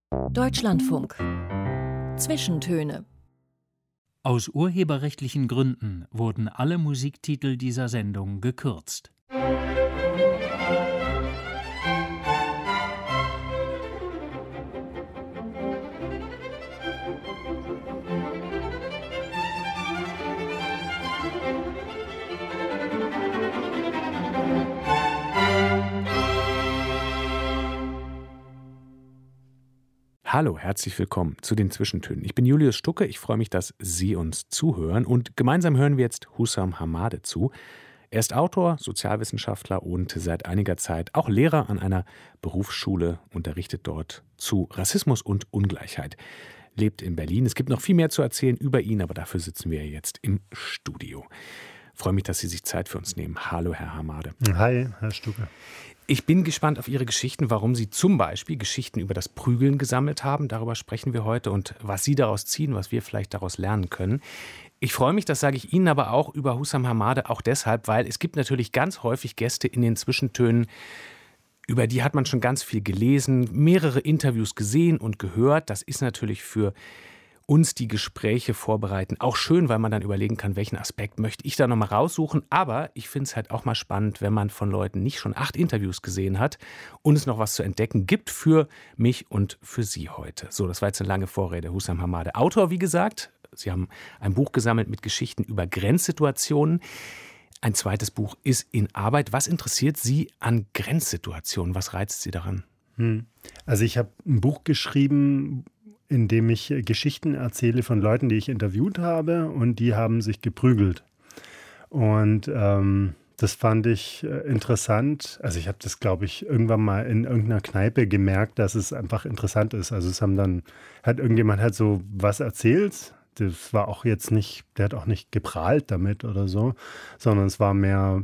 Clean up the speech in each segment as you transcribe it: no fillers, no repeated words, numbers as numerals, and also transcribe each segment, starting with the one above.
Deutschlandfunk. Zwischentöne. Aus urheberrechtlichen Gründen wurden alle Musiktitel dieser Sendung gekürzt. Hallo, herzlich willkommen zu den Zwischentönen. Ich bin Julius Stucke, ich freue mich, dass Sie uns zuhören und gemeinsam hören wir jetzt Hussam Hamade zu. Er ist Autor, Sozialwissenschaftler und seit einiger Zeit auch Lehrer an einer Berufsschule, unterrichtet dort zu Rassismus und Ungleichheit. Lebt in Berlin. Es gibt noch viel mehr zu erzählen über ihn, aber dafür sitzen wir jetzt im Studio. Ich freue mich, dass Sie sich Zeit für uns nehmen. Hallo, Herr Hamade. Hi, Herr Stucke. Ich bin gespannt auf Ihre Geschichten, warum Sie zum Beispiel Geschichten über das Prügeln gesammelt haben. Darüber sprechen wir heute und was Sie daraus ziehen, was wir vielleicht daraus lernen können. Ich freue mich, das sage ich Ihnen aber auch über Hussam Hamade, auch deshalb, weil es gibt natürlich ganz häufig Gäste in den Zwischentönen, über die hat man schon ganz viel gelesen, mehrere Interviews gesehen und gehört. Das ist natürlich für uns, die Gespräche vorbereiten, auch schön, weil man dann überlegen kann, welchen Aspekt möchte ich da nochmal raussuchen. Aber ich finde es halt auch mal spannend, wenn man von Leuten nicht schon 8 Interviews gesehen hat und es noch was zu entdecken gibt für mich und für Sie heute. So, das war jetzt eine lange Vorrede. Hussam Hamade, Autor, wie gesagt. Sie haben ein Buch gesammelt mit Geschichten über Grenzsituationen. Ein zweites Buch ist in Arbeit. Was interessiert Sie an Grenzsituationen? Was reizt Sie daran? Also ich habe ein Buch geschrieben, in dem ich Geschichten erzähle von Leuten, die ich interviewt habe und die haben sich geprügelt. Und das fand ich interessant. Also ich habe das, glaube ich, irgendwann mal in irgendeiner Kneipe gemerkt, dass es einfach interessant ist. Also hat irgendjemand so was erzählt. Das war auch jetzt nicht, der hat auch nicht geprahlt damit oder so, sondern es war mehr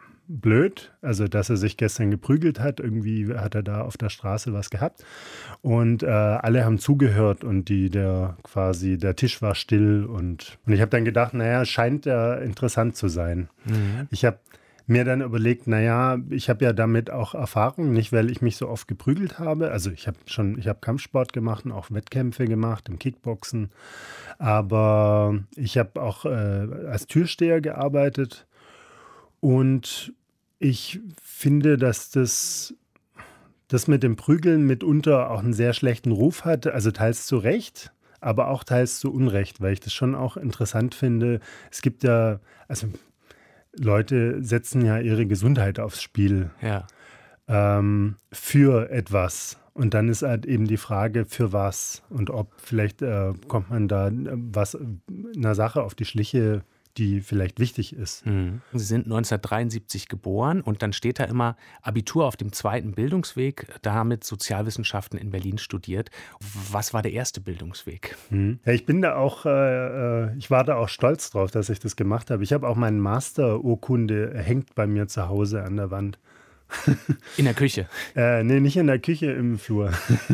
blöd, also dass er sich gestern geprügelt hat, irgendwie hat er da auf der Straße was gehabt und alle haben zugehört und der Tisch war still und ich habe dann gedacht, naja, scheint ja interessant zu sein. Ich habe mir dann überlegt, naja, ich habe ja damit auch Erfahrung, nicht weil ich mich so oft geprügelt habe, also ich habe Kampfsport gemacht und auch Wettkämpfe gemacht im Kickboxen, aber ich habe auch als Türsteher gearbeitet. Und ich finde, dass das mit dem Prügeln mitunter auch einen sehr schlechten Ruf hat, also teils zu Recht, aber auch teils zu Unrecht, weil ich das schon auch interessant finde. Es gibt ja, also Leute setzen ja ihre Gesundheit aufs Spiel für etwas. Und dann ist halt eben die Frage, für was und ob vielleicht kommt man da einer Sache auf die Schliche, die vielleicht wichtig ist. Sie sind 1973 geboren und dann steht da immer Abitur auf dem zweiten Bildungsweg, damit Sozialwissenschaften in Berlin studiert. Was war der erste Bildungsweg? Ja, ich war da auch stolz drauf, dass ich das gemacht habe. Ich habe auch meine Masterurkunde hängt bei mir zu Hause an der Wand. In der Küche? Nee, nicht in der Küche, im Flur.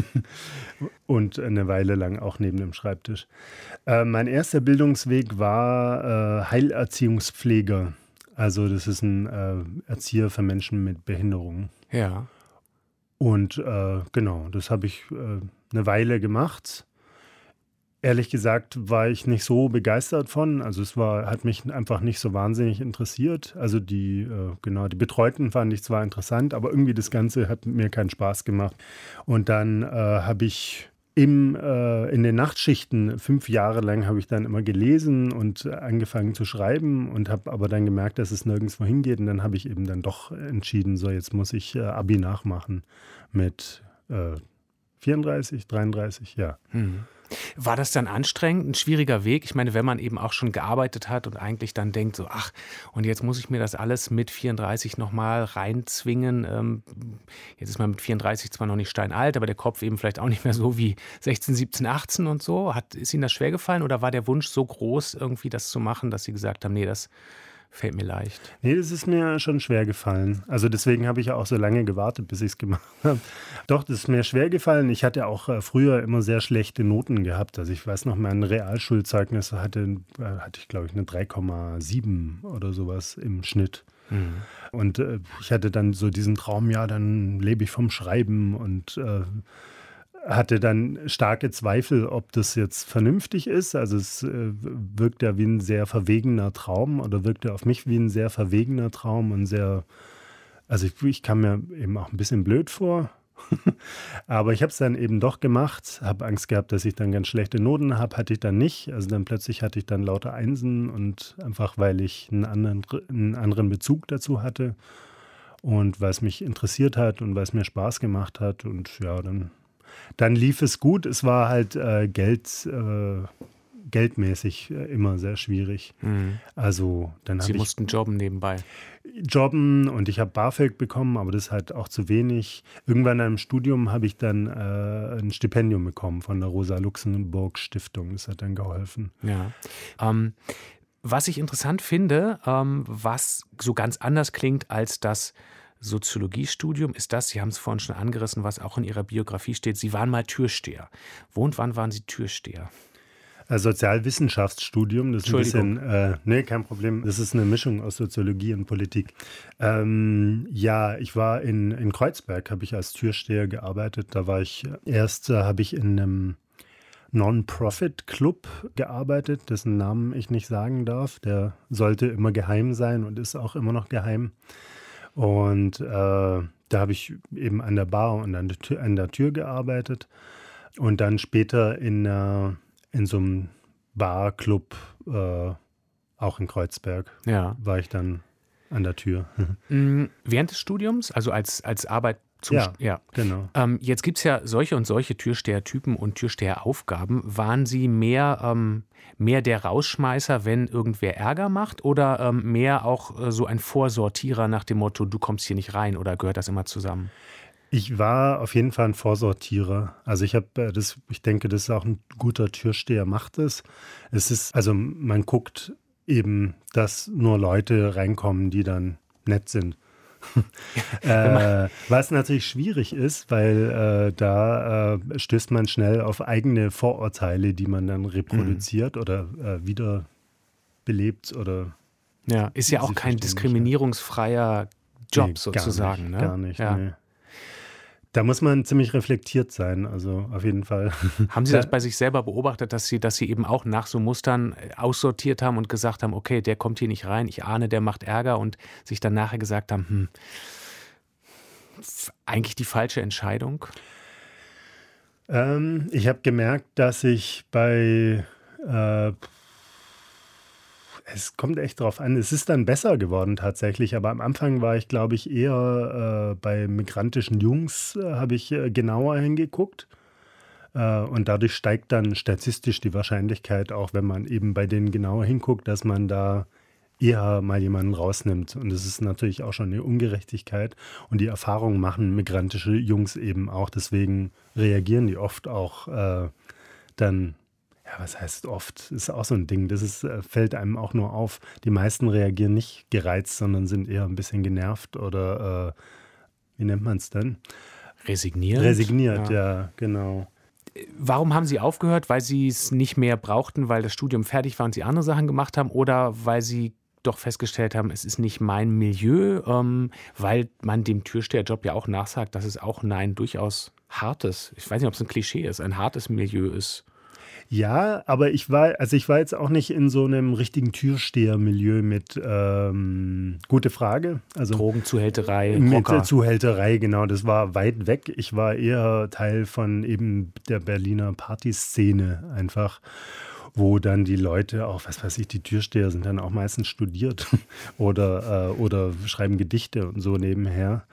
Und eine Weile lang auch neben dem Schreibtisch. Mein erster Bildungsweg war Heilerziehungspfleger. Also das ist ein Erzieher für Menschen mit Behinderungen. Ja. Und genau, das habe ich eine Weile gemacht. Ehrlich gesagt war ich nicht so begeistert von. Also hat mich einfach nicht so wahnsinnig interessiert. Also die Betreuten fand ich zwar interessant, aber irgendwie das Ganze hat mir keinen Spaß gemacht. Und dann habe ich in den Nachtschichten 5 Jahre lang habe ich dann immer gelesen und angefangen zu schreiben und habe aber dann gemerkt, dass es nirgendwo hingeht. Und dann habe ich eben dann doch entschieden, so jetzt muss ich Abi nachmachen mit 34, 33, ja. War das dann anstrengend, ein schwieriger Weg? Ich meine, wenn man eben auch schon gearbeitet hat und eigentlich dann denkt, so, ach, und jetzt muss ich mir das alles mit 34 nochmal reinzwingen. Jetzt ist man mit 34 zwar noch nicht steinalt, aber der Kopf eben vielleicht auch nicht mehr so wie 16, 17, 18 und so. Ist Ihnen das schwergefallen oder war der Wunsch so groß, irgendwie das zu machen, dass Sie gesagt haben, nee, das fällt mir leicht? Nee, das ist mir schon schwer gefallen. Also deswegen habe ich ja auch so lange gewartet, bis ich es gemacht habe. Doch, das ist mir schwer gefallen. Ich hatte auch früher immer sehr schlechte Noten gehabt. Also ich weiß noch, mein Realschulzeugnis hatte ich, glaube ich, eine 3,7 oder sowas im Schnitt. Und ich hatte dann so diesen Traum, ja, dann lebe ich vom Schreiben und hatte dann starke Zweifel, ob das jetzt vernünftig ist. Also es wirkt ja wie ein sehr verwegener Traum oder wirkte auf mich wie ein sehr verwegener Traum und also ich kam mir eben auch ein bisschen blöd vor. Aber ich habe es dann eben doch gemacht, habe Angst gehabt, dass ich dann ganz schlechte Noten habe, hatte ich dann nicht. Also dann plötzlich hatte ich dann lauter Einsen und einfach, weil ich einen anderen Bezug dazu hatte und weil es mich interessiert hat und weil es mir Spaß gemacht hat und ja, dann lief es gut. Es war halt geldmäßig immer sehr schwierig. Also dann Sie mussten jobben nebenbei. Jobben und ich habe BAföG bekommen, aber das ist halt auch zu wenig. Irgendwann im Studium habe ich dann ein Stipendium bekommen von der Rosa-Luxemburg-Stiftung. Das hat dann geholfen. Ja. Was ich interessant finde, was so ganz anders klingt als das Soziologiestudium, ist das, Sie haben es vorhin schon angerissen, was auch in Ihrer Biografie steht, Sie waren mal Türsteher. Wo und wann waren Sie Türsteher? Sozialwissenschaftsstudium, das ist ein bisschen, nee, kein Problem. Das ist eine Mischung aus Soziologie und Politik. Ja, ich war in Kreuzberg, habe ich als Türsteher gearbeitet. Da war ich habe ich in einem Non-Profit-Club gearbeitet, dessen Namen ich nicht sagen darf. Der sollte immer geheim sein und ist auch immer noch geheim. Und da habe ich eben an der Bar und an der Tür gearbeitet. Und dann später in so einem Barclub, auch in Kreuzberg, war ich dann an der Tür. Während des Studiums, also als Arbeit zum genau. Jetzt gibt es ja solche und solche Türstehertypen und Türsteheraufgaben. Waren Sie mehr der Rausschmeißer, wenn irgendwer Ärger macht, oder mehr auch so ein Vorsortierer nach dem Motto, du kommst hier nicht rein, oder gehört das immer zusammen? Ich war auf jeden Fall ein Vorsortierer. Also ich denke, das ist auch ein guter Türsteher, macht es. Also man guckt eben, dass nur Leute reinkommen, die dann nett sind. Was natürlich schwierig ist, weil da stößt man schnell auf eigene Vorurteile, die man dann reproduziert oder wiederbelebt oder. Ja, ist ja auch kein diskriminierungsfreier Job sozusagen. Gar nicht. Nee. Da muss man ziemlich reflektiert sein, also auf jeden Fall. Haben Sie das bei sich selber beobachtet, dass Sie eben auch nach so Mustern aussortiert haben und gesagt haben, okay, der kommt hier nicht rein, ich ahne, der macht Ärger, und sich dann nachher gesagt haben, eigentlich die falsche Entscheidung? Ich habe gemerkt, dass ich es kommt echt drauf an. Es ist dann besser geworden tatsächlich, aber am Anfang war ich, glaube ich, eher bei migrantischen Jungs, habe ich genauer hingeguckt. Und dadurch steigt dann statistisch die Wahrscheinlichkeit, auch wenn man eben bei denen genauer hinguckt, dass man da eher mal jemanden rausnimmt. Und das ist natürlich auch schon eine Ungerechtigkeit. Und die Erfahrung machen migrantische Jungs eben auch. Deswegen reagieren die oft auch dann. Ja, was heißt oft? Das ist auch so ein Ding. Fällt einem auch nur auf. Die meisten reagieren nicht gereizt, sondern sind eher ein bisschen genervt oder wie nennt man es denn? Resigniert, ja, genau. Warum haben Sie aufgehört? Weil Sie es nicht mehr brauchten, weil das Studium fertig war und Sie andere Sachen gemacht haben, oder weil Sie doch festgestellt haben, es ist nicht mein Milieu, weil man dem Türsteherjob ja auch nachsagt, dass es auch ein durchaus hartes, ich weiß nicht, ob es ein Klischee ist, ein hartes Milieu ist. Ja, aber ich war jetzt auch nicht in so einem richtigen Türsteher-Milieu mit, gute Frage. Also Drogenzuhälterei, Rocker. Mit Zuhälterei, genau, das war weit weg. Ich war eher Teil von eben der Berliner Partyszene einfach, wo dann die Leute auch, was weiß ich, die Türsteher sind dann auch meistens studiert oder schreiben Gedichte und so nebenher.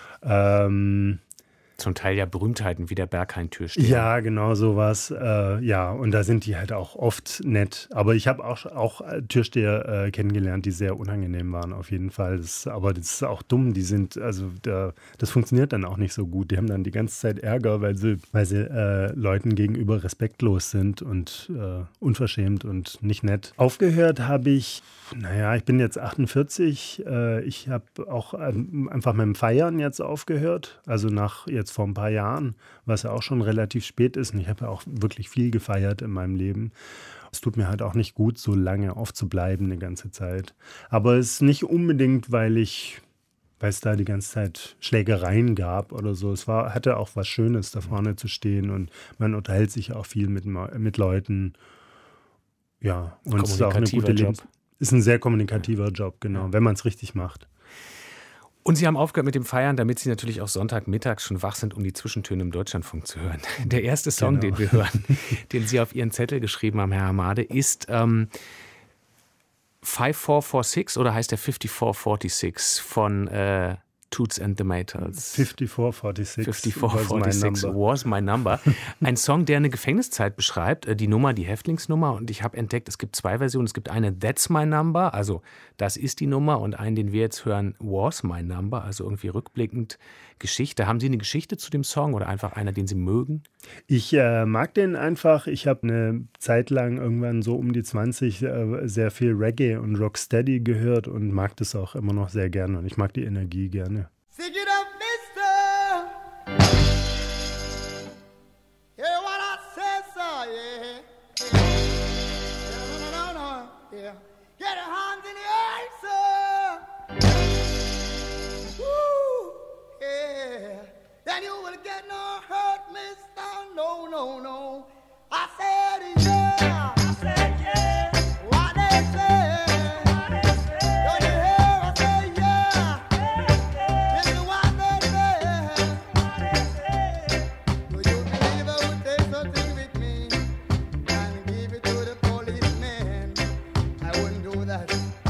Zum Teil ja Berühmtheiten wie der Berghain-Türsteher. Ja, genau sowas. Ja, und da sind die halt auch oft nett. Aber ich habe auch Türsteher kennengelernt, die sehr unangenehm waren, auf jeden Fall. Aber das ist auch dumm. Die sind, das funktioniert dann auch nicht so gut. Die haben dann die ganze Zeit Ärger, weil sie Leuten gegenüber respektlos sind und unverschämt und nicht nett. Aufgehört habe ich, ich bin jetzt 48. Ich habe auch einfach mit dem Feiern jetzt aufgehört. Also jetzt vor ein paar Jahren, was ja auch schon relativ spät ist. Und ich habe ja auch wirklich viel gefeiert in meinem Leben. Es tut mir halt auch nicht gut, so lange aufzubleiben eine ganze Zeit. Aber es ist nicht unbedingt, weil ich weil es da die ganze Zeit Schlägereien gab oder so. Hatte auch was Schönes, da vorne zu stehen und man unterhält sich auch viel mit Leuten. Ja, und es ist auch eine gute ist ein sehr kommunikativer Job, genau, wenn man es richtig macht. Und Sie haben aufgehört mit dem Feiern, damit Sie natürlich auch Sonntagmittags schon wach sind, um die Zwischentöne im Deutschlandfunk zu hören. Der erste Song, den wir hören, den Sie auf Ihren Zettel geschrieben haben, Herr Hamade, ist 5446 oder heißt der 5446 von Toots and the Maytals? 5446 was my number. Ein Song, der eine Gefängniszeit beschreibt, die Nummer, die Häftlingsnummer. Und ich habe entdeckt, es gibt 2 Versionen. Es gibt eine That's my number, also das ist die Nummer. Und einen, den wir jetzt hören, was my number, also irgendwie rückblickend Geschichte. Haben Sie eine Geschichte zu dem Song oder einfach einer, den Sie mögen? Ich mag den einfach. Ich habe eine Zeit lang irgendwann so um die 20 sehr viel Reggae und Rocksteady gehört und mag das auch immer noch sehr gerne. Und ich mag die Energie gerne. Sing it up, mister. Hear what I say, sir, yeah. No, yeah. Get your hands in the air, sir. Woo, yeah. Then you will get no hurt, mister. No, no, no. I said, yeah. I said, yeah. What they say. Don't you hear? I say, yeah. Listen to what they say. Do you believe I would take something with me and give it to the policeman? I wouldn't do that.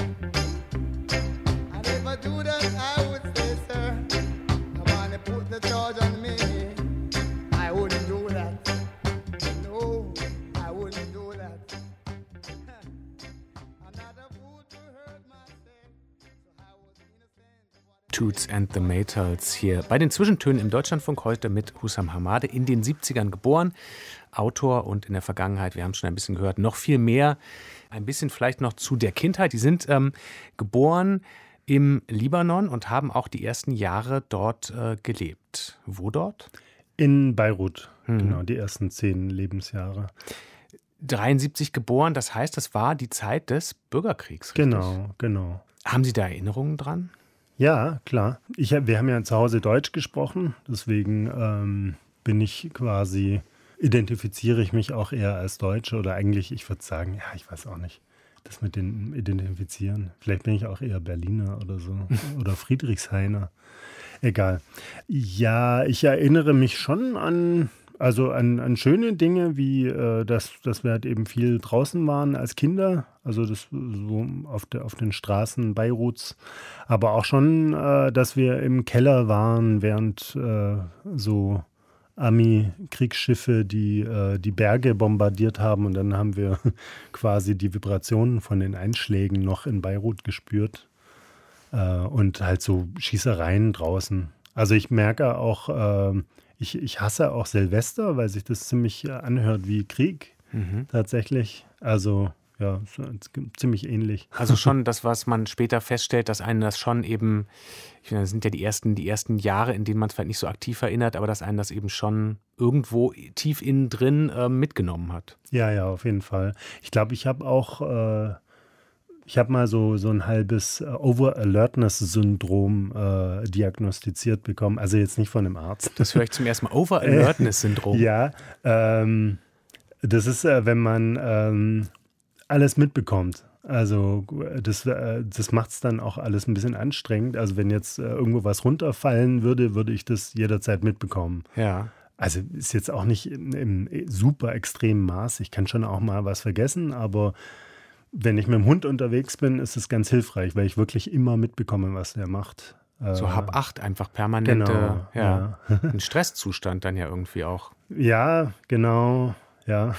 And if I do that, I would say, sir, I want to put the charge on me. I wouldn't do that. No, I wouldn't do that. I'm not a fool to hurt myself. So I was innocent. Toots and the Maytals hier bei den Zwischentönen im Deutschlandfunk, heute mit Hussam Hamade, in den 70ern geboren, Autor und in der Vergangenheit, wir haben schon ein bisschen gehört, noch viel mehr, ein bisschen vielleicht noch zu der Kindheit. Die sind geboren im Libanon und haben auch die ersten Jahre dort gelebt. Wo dort? In Beirut, genau, die ersten 10 Lebensjahre. 73 geboren, das heißt, das war die Zeit des Bürgerkriegs, richtig? Genau. Haben Sie da Erinnerungen dran? Ja, klar. Wir haben ja zu Hause Deutsch gesprochen, deswegen identifiziere ich mich auch eher als Deutsche oder eigentlich, ich würde sagen, ja, ich weiß auch nicht, das mit dem Identifizieren. Vielleicht bin ich auch eher Berliner oder so oder Friedrichshainer. Egal. Ja, ich erinnere mich schon an schöne Dinge, wie dass wir halt eben viel draußen waren als Kinder, also das so auf den Straßen Beiruts, aber auch schon, dass wir im Keller waren, während so Army-Kriegsschiffe die Berge bombardiert haben und dann haben wir quasi die Vibrationen von den Einschlägen noch in Beirut gespürt und halt so Schießereien draußen. Also ich merke auch, ich hasse auch Silvester, weil sich das ziemlich anhört wie Krieg tatsächlich. Also ja, ziemlich ähnlich. Also schon das, was man später feststellt, dass einen das schon eben, ich finde, das sind ja die ersten Jahre, in denen man es vielleicht nicht so aktiv erinnert, aber dass einen das eben schon irgendwo tief innen drin mitgenommen hat. Ja, auf jeden Fall. Ich glaube, ich habe auch ich habe mal so ein halbes Over-Alertness-Syndrom diagnostiziert bekommen. Also jetzt nicht von einem Arzt. Das höre ich zum ersten Mal. Over-Alertness-Syndrom. Ja, das ist, wenn man alles mitbekommt. Also das macht es dann auch alles ein bisschen anstrengend. Also wenn jetzt irgendwo was runterfallen würde ich das jederzeit mitbekommen. Ja. Also ist jetzt auch nicht im super extremen Maß. Ich kann schon auch mal was vergessen, aber wenn ich mit dem Hund unterwegs bin, ist es ganz hilfreich, weil ich wirklich immer mitbekomme, was der macht. So hab Acht, einfach permanent. Genau, ja. Ein Stresszustand dann ja irgendwie auch. Ja, genau. Ja.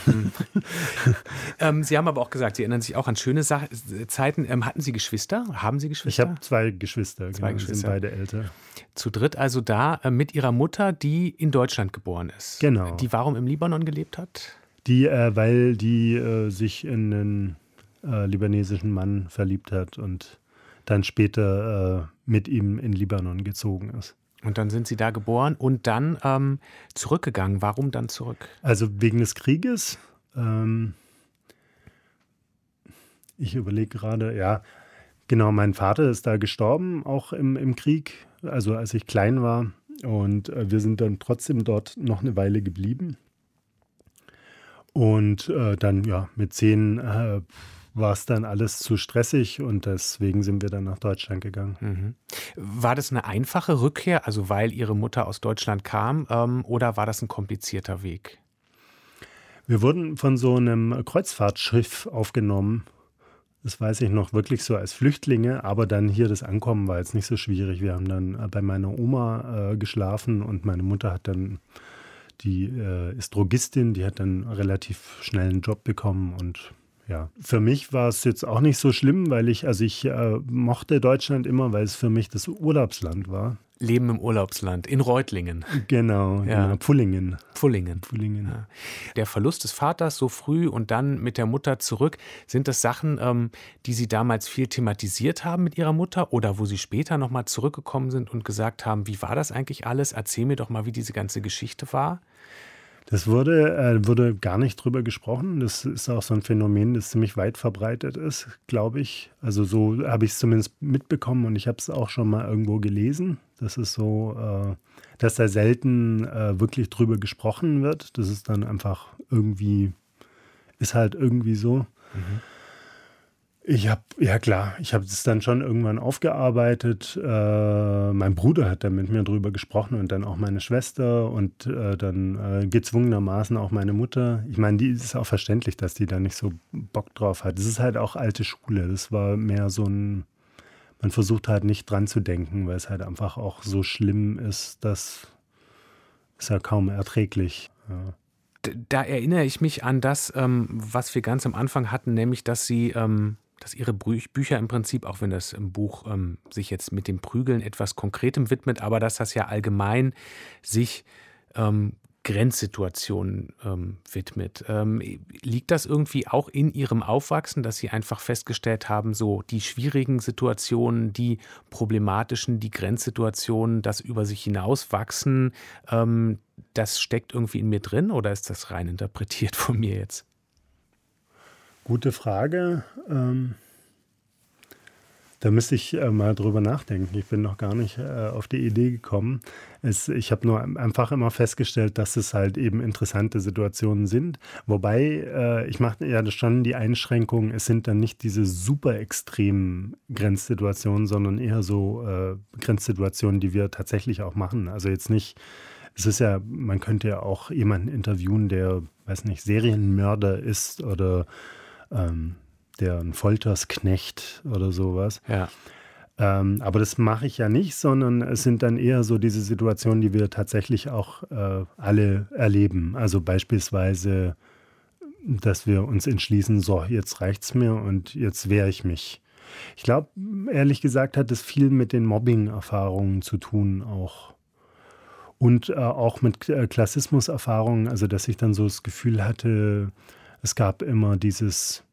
Sie haben aber auch gesagt, Sie erinnern sich auch an schöne Zeiten. Hatten Sie Geschwister? Haben Sie Geschwister? Ich habe 2 Geschwister. Genau, Geschwister. Sind beide älter. Zu dritt also da mit Ihrer Mutter, die in Deutschland geboren ist. Genau. Die warum im Libanon gelebt hat? Weil die sich in einen libanesischen Mann verliebt hat und dann später mit ihm in Libanon gezogen ist. Und dann sind Sie da geboren und dann zurückgegangen. Warum dann zurück? Also wegen des Krieges. Ich überlege gerade, ja, Genau, mein Vater ist da gestorben, auch im Krieg, also als ich klein war. Und wir sind dann trotzdem dort noch eine Weile geblieben. Und dann, ja, mit 10 war es dann alles zu stressig und deswegen sind wir dann nach Deutschland gegangen. Mhm. War das eine einfache Rückkehr, also weil Ihre Mutter aus Deutschland kam, oder war das ein komplizierter Weg? Wir wurden von so einem Kreuzfahrtschiff aufgenommen. Das weiß ich noch, wirklich so als Flüchtlinge, aber dann hier das Ankommen war jetzt nicht so schwierig. Wir haben dann bei meiner Oma geschlafen und meine Mutter hat dann, die ist Drogistin, die hat dann relativ schnell einen Job bekommen und ja, für mich war es jetzt auch nicht so schlimm, weil ich mochte Deutschland immer, weil es für mich das Urlaubsland war. Leben im Urlaubsland, in Reutlingen. Genau, Ja. genau. Pfullingen. Pfullingen. Ja. Der Verlust des Vaters so früh und dann mit der Mutter zurück, sind das Sachen, die Sie damals viel thematisiert haben mit Ihrer Mutter oder wo Sie später nochmal zurückgekommen sind und gesagt haben, wie war das eigentlich alles? Erzähl mir doch mal, wie diese ganze Geschichte war. Das wurde gar nicht drüber gesprochen. Das ist auch so ein Phänomen, das ziemlich weit verbreitet ist, glaube ich. Also so habe ich es zumindest mitbekommen und ich habe es auch schon mal irgendwo gelesen. Das ist so, dass da selten wirklich drüber gesprochen wird. Das ist dann einfach ist halt irgendwie so. Mhm. Ich habe das dann schon irgendwann aufgearbeitet. Mein Bruder hat da mit mir drüber gesprochen und dann auch meine Schwester und dann gezwungenermaßen auch meine Mutter. Ich meine, die ist auch verständlich, dass die da nicht so Bock drauf hat. Das ist halt auch alte Schule. Das war mehr so man versucht halt nicht dran zu denken, weil es halt einfach auch so schlimm ist, das ist ja kaum erträglich. Ja. Da erinnere ich mich an das, was wir ganz am Anfang hatten, nämlich, dass Ihre Bücher im Prinzip, auch wenn das im Buch sich jetzt mit dem Prügeln etwas Konkretem widmet, aber dass das ja allgemein sich Grenzsituationen widmet. Liegt das irgendwie auch in Ihrem Aufwachsen, dass Sie einfach festgestellt haben, so die schwierigen Situationen, die problematischen, die Grenzsituationen, das über sich hinauswachsen, das steckt irgendwie in mir drin oder ist das rein interpretiert von mir jetzt? Gute Frage. Da müsste ich mal drüber nachdenken. Ich bin noch gar nicht auf die Idee gekommen. Ich habe nur einfach immer festgestellt, dass es halt eben interessante Situationen sind. Wobei, ich mache ja schon die Einschränkung, es sind dann nicht diese super extremen Grenzsituationen, sondern eher so Grenzsituationen, die wir tatsächlich auch machen. Also jetzt nicht, es ist ja, man könnte ja auch jemanden interviewen, der, weiß nicht, Serienmörder ist oder der ein Foltersknecht oder sowas. Ja. Aber das mache ich ja nicht, sondern es sind dann eher so diese Situationen, die wir tatsächlich auch alle erleben. Also beispielsweise, dass wir uns entschließen, so, jetzt reicht's mir und jetzt wehre ich mich. Ich glaube, ehrlich gesagt, hat es viel mit den Mobbing-Erfahrungen zu tun auch. Und auch mit Klassismus-Erfahrungen, also dass ich dann so das Gefühl hatte, es gab immer diesen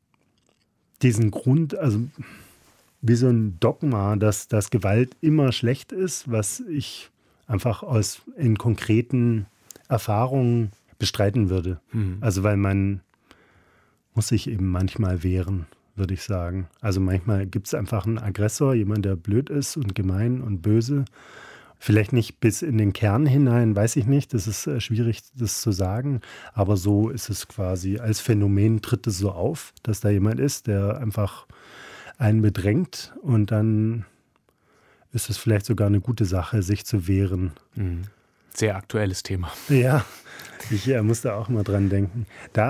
Grund, also wie so ein Dogma, dass Gewalt immer schlecht ist, was ich einfach in konkreten Erfahrungen bestreiten würde. Mhm. Also weil man muss sich eben manchmal wehren, würde ich sagen. Also manchmal gibt es einfach einen Aggressor, jemand, der blöd ist und gemein und böse. Vielleicht nicht bis in den Kern hinein, weiß ich nicht. Das ist schwierig, das zu sagen. Aber so ist es quasi. Als Phänomen tritt es so auf, dass da jemand ist, der einfach einen bedrängt. Und dann ist es vielleicht sogar eine gute Sache, sich zu wehren. Sehr aktuelles Thema. Ja, ich musste auch mal dran denken.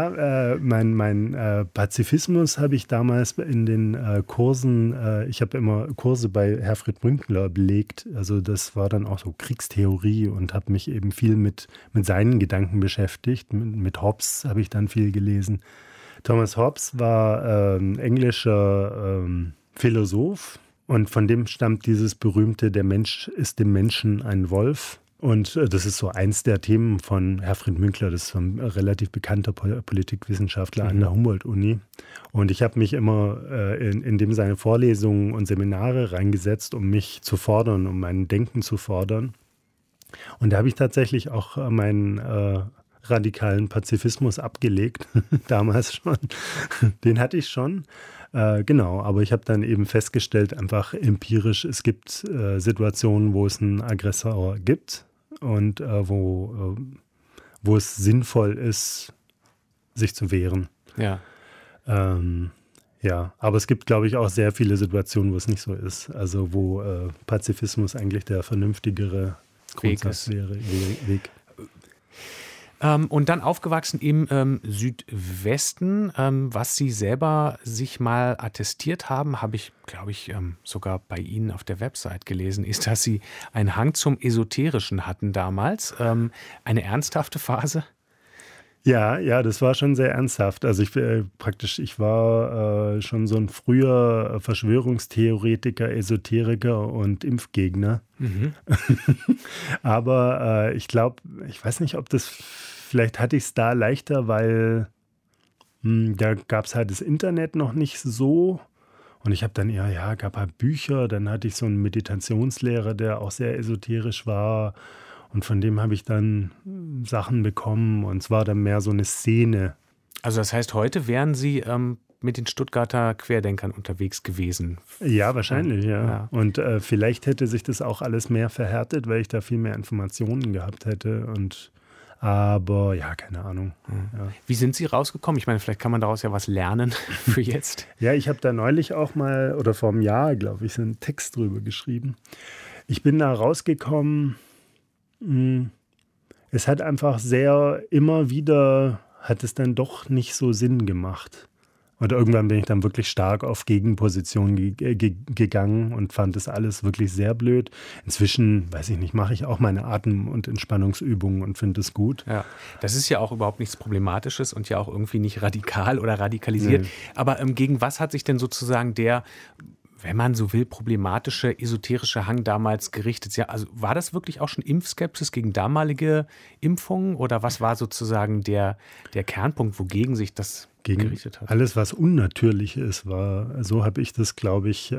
Mein Pazifismus habe ich damals in den Kursen, ich habe immer Kurse bei Herfried Münkler belegt, also das war dann auch so Kriegstheorie und habe mich eben viel mit seinen Gedanken beschäftigt. Mit Hobbes habe ich dann viel gelesen. Thomas Hobbes war ein englischer Philosoph und von dem stammt dieses berühmte, der Mensch ist dem Menschen ein Wolf. Und das ist so eins der Themen von Herfried Münkler, das ist ein relativ bekannter Politikwissenschaftler an der Humboldt-Uni. Und ich habe mich immer in dem seine Vorlesungen und Seminare reingesetzt, um mich zu fordern, um mein Denken zu fordern. Und da habe ich tatsächlich auch radikalen Pazifismus abgelegt, damals schon. Den hatte ich schon. Genau, aber ich habe dann eben festgestellt, einfach empirisch, es gibt Situationen, wo es einen Aggressor gibt und wo es sinnvoll ist, sich zu wehren. Ja. Ja, aber es gibt, glaube ich, auch sehr viele Situationen, wo es nicht so ist. Also wo Pazifismus eigentlich der vernünftigere Grundsatz wäre. Weg. Und dann aufgewachsen im Südwesten. Was Sie selber sich mal attestiert haben, habe ich, glaube ich, sogar bei Ihnen auf der Website gelesen, ist, dass Sie einen Hang zum Esoterischen hatten damals. Eine ernsthafte Phase? Ja, das war schon sehr ernsthaft. Also ich war schon so ein früher Verschwörungstheoretiker, Esoteriker und Impfgegner. Mhm. Aber ich glaube, ich weiß nicht, vielleicht hatte ich es da leichter, weil da gab es halt das Internet noch nicht so. Und ich habe dann gab halt Bücher, dann hatte ich so einen Meditationslehrer, der auch sehr esoterisch war. Und von dem habe ich dann Sachen bekommen und es war dann mehr so eine Szene. Also das heißt, heute wären Sie mit den Stuttgarter Querdenkern unterwegs gewesen? Ja, wahrscheinlich, ja. Und vielleicht hätte sich das auch alles mehr verhärtet, weil ich da viel mehr Informationen gehabt hätte. Aber ja, keine Ahnung. Ja. Wie sind Sie rausgekommen? Ich meine, vielleicht kann man daraus ja was lernen für jetzt. Ja, ich habe da neulich auch mal, oder vor einem Jahr, glaube ich, so einen Text drüber geschrieben. Ich bin da rausgekommen. Es hat einfach immer wieder hat es dann doch nicht so Sinn gemacht. Und irgendwann bin ich dann wirklich stark auf Gegenpositionen gegangen und fand das alles wirklich sehr blöd. Inzwischen, weiß ich nicht, mache ich auch meine Atem- und Entspannungsübungen und finde es gut. Ja, das ist ja auch überhaupt nichts Problematisches und ja auch irgendwie nicht radikal oder radikalisiert. Nee. Aber gegen was hat sich denn sozusagen der, wenn man so will, problematische, esoterische Hang damals gerichtet? Ja, also war das wirklich auch schon Impfskepsis gegen damalige Impfungen oder was war sozusagen der Kernpunkt, wogegen sich das gerichtet hat? Alles, was unnatürlich ist, so habe ich das, glaube ich,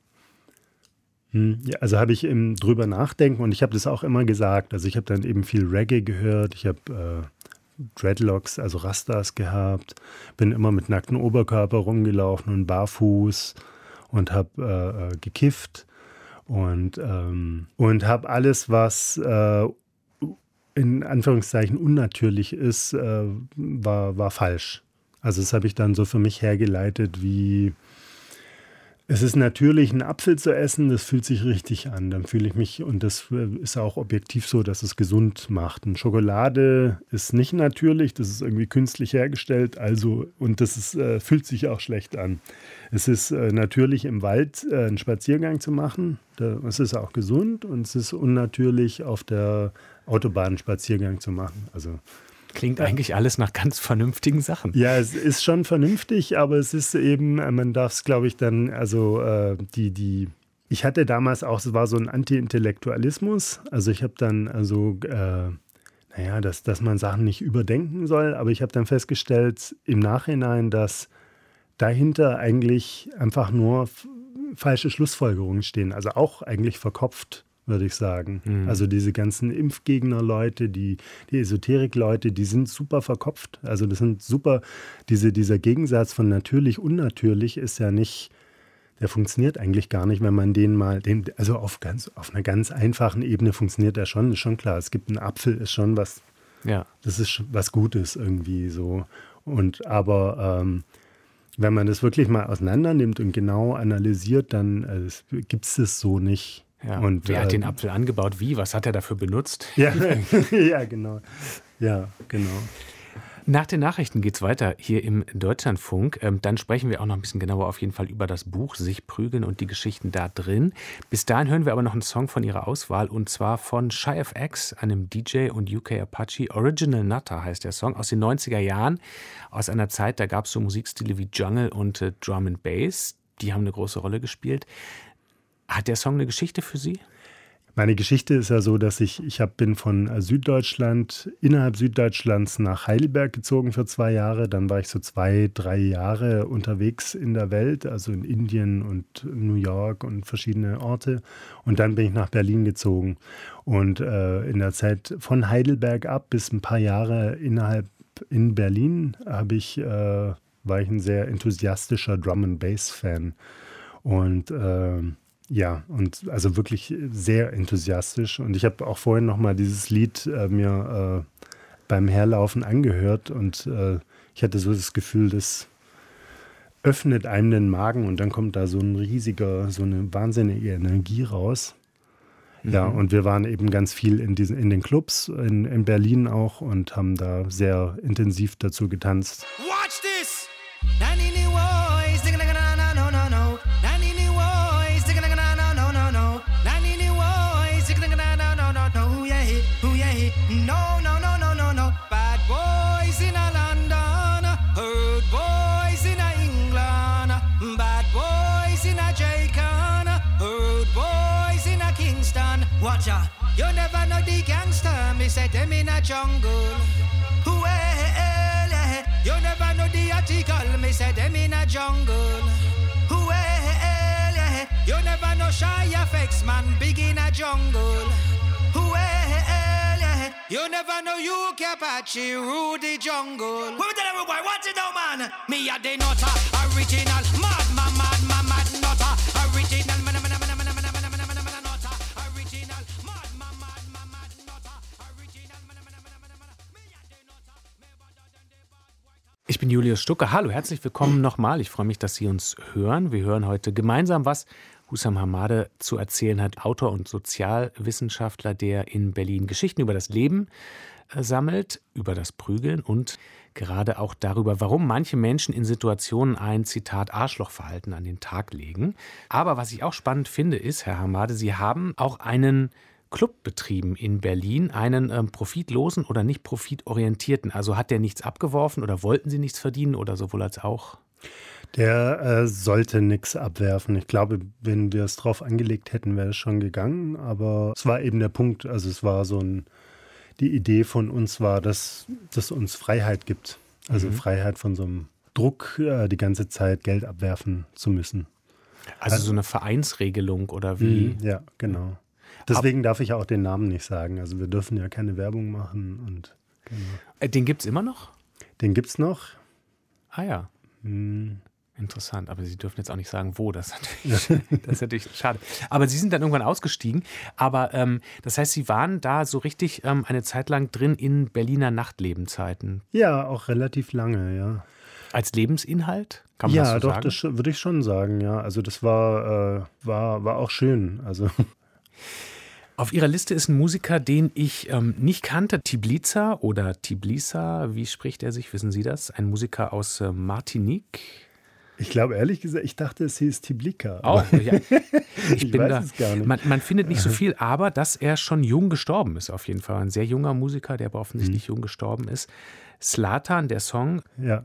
also habe ich eben drüber nachdenken und ich habe das auch immer gesagt. Also ich habe dann eben viel Reggae gehört, ich habe Dreadlocks, also Rastas gehabt, bin immer mit nacktem Oberkörper rumgelaufen und barfuß. Und habe gekifft und habe alles, was in Anführungszeichen unnatürlich ist, war falsch. Also das habe ich dann so für mich hergeleitet, wie es ist natürlich, einen Apfel zu essen, das fühlt sich richtig an. Dann fühle ich mich, und das ist auch objektiv so, dass es gesund macht. Und Schokolade ist nicht natürlich, das ist irgendwie künstlich hergestellt, und das fühlt sich auch schlecht an. Es ist natürlich, im Wald einen Spaziergang zu machen, es ist auch gesund, und es ist unnatürlich, auf der Autobahn einen Spaziergang zu machen. Also klingt eigentlich alles nach ganz vernünftigen Sachen. Ja, es ist schon vernünftig, aber es ist eben, man darf es, glaube ich, dann, also ich hatte damals auch, es war so ein Anti-Intellektualismus, also ich habe dann, dass man Sachen nicht überdenken soll, aber ich habe dann festgestellt im Nachhinein, dass dahinter eigentlich einfach nur falsche Schlussfolgerungen stehen, also auch eigentlich verkopft, würde ich sagen. Mhm. Also diese ganzen Impfgegner-Leute, die Esoterik-Leute, die sind super verkopft. Also das sind super, dieser Gegensatz von natürlich, unnatürlich ist ja nicht, der funktioniert eigentlich gar nicht, wenn man also auf einer ganz einfachen Ebene funktioniert der schon, ist schon klar. Es gibt einen Apfel, ist schon was, das ist was Gutes irgendwie so. Aber wenn man das wirklich mal auseinander nimmt und genau analysiert, dann gibt es das so nicht. Ja. Und wer hat den Apfel angebaut? Wie? Was hat er dafür benutzt? Ja, genau. Ja, genau. Nach den Nachrichten geht's weiter hier im Deutschlandfunk. Dann sprechen wir auch noch ein bisschen genauer auf jeden Fall über das Buch Sich prügeln und die Geschichten da drin. Bis dahin hören wir aber noch einen Song von Ihrer Auswahl und zwar von Shy FX, einem DJ und UK Apache. Original Nutter heißt der Song, aus den 90er Jahren. Aus einer Zeit, da gab es so Musikstile wie Jungle und Drum and Bass. Die haben eine große Rolle gespielt. Hat der Song eine Geschichte für Sie? Meine Geschichte ist ja so, dass ich bin von Süddeutschland, innerhalb Süddeutschlands nach Heidelberg gezogen für 2 Jahre. Dann war ich so 2, 3 Jahre unterwegs in der Welt, also in Indien und New York und verschiedene Orte. Und dann bin ich nach Berlin gezogen. Und in der Zeit von Heidelberg ab bis ein paar Jahre in Berlin war ich ein sehr enthusiastischer Drum-and-Bass-Fan. Und und also wirklich sehr enthusiastisch. Und ich habe auch vorhin noch mal dieses Lied mir beim Herlaufen angehört. Und ich hatte so das Gefühl, das öffnet einem den Magen und dann kommt da so eine wahnsinnige Energie raus. Mhm. Ja, und wir waren eben ganz viel in den Clubs, in Berlin auch, und haben da sehr intensiv dazu getanzt. Watch this! Bad boys in London, herd boys in England, bad boys in Jamaica, herd boys in Kingston. Watch out, you never know the gangster, me say them in a jungle. Well, you never know the article, me say them in a jungle. Well, you never know shy effects, man, big in a jungle. Well, you never know you Apache, Rudy Jungle. What tell everybody, watch it now, man. Me a the nutter, original, mad nutter, original, nutter, original, mad nutter, original, Ich bin Julius Stucker. Hallo, herzlich willkommen nochmal. Ich freue mich, dass Sie uns hören. Wir hören heute gemeinsam, was Hussam Hamade zu erzählen hat, Autor und Sozialwissenschaftler, der in Berlin Geschichten über das Leben sammelt, über das Prügeln und gerade auch darüber, warum manche Menschen in Situationen ein, Zitat, Arschlochverhalten an den Tag legen. Aber was ich auch spannend finde, ist, Herr Hamade, Sie haben auch einen Club betrieben in Berlin, einen profitlosen oder nicht profitorientierten. Also hat der nichts abgeworfen oder wollten Sie nichts verdienen oder sowohl als auch? Der sollte nichts abwerfen. Ich glaube, wenn wir es drauf angelegt hätten, wäre es schon gegangen. Aber es war eben der Punkt. Also es war die Idee von uns war, dass es uns Freiheit gibt. Also Freiheit von so einem Druck, die ganze Zeit Geld abwerfen zu müssen. Also so eine Vereinsregelung oder wie? Ja, genau. Deswegen darf ich auch den Namen nicht sagen. Also wir dürfen ja keine Werbung machen. Und genau. Den gibt es immer noch? Den gibt es noch. Ah ja. Interessant, aber Sie dürfen jetzt auch nicht sagen, wo. Das ist natürlich schade. Aber Sie sind dann irgendwann ausgestiegen. Aber das heißt, Sie waren da so richtig eine Zeit lang drin in Berliner Nachtlebenzeiten. Ja, auch relativ lange, ja. Als Lebensinhalt? Kann man das so sagen? Ja, doch, das würde ich schon sagen, ja. Also das war auch schön. Also auf Ihrer Liste ist ein Musiker, den ich nicht kannte, Tibliza oder Tibliza, wie spricht er sich, wissen Sie das? Ein Musiker aus Martinique. Ich glaube, ehrlich gesagt, ich dachte, es hieß Tiblika. Oh, ja. Ich bin weiß da. Es gar nicht. Man findet nicht so viel, aber dass er schon jung gestorben ist, auf jeden Fall. Ein sehr junger Musiker, der aber offensichtlich jung gestorben ist. Zlatan, der Song. Ja.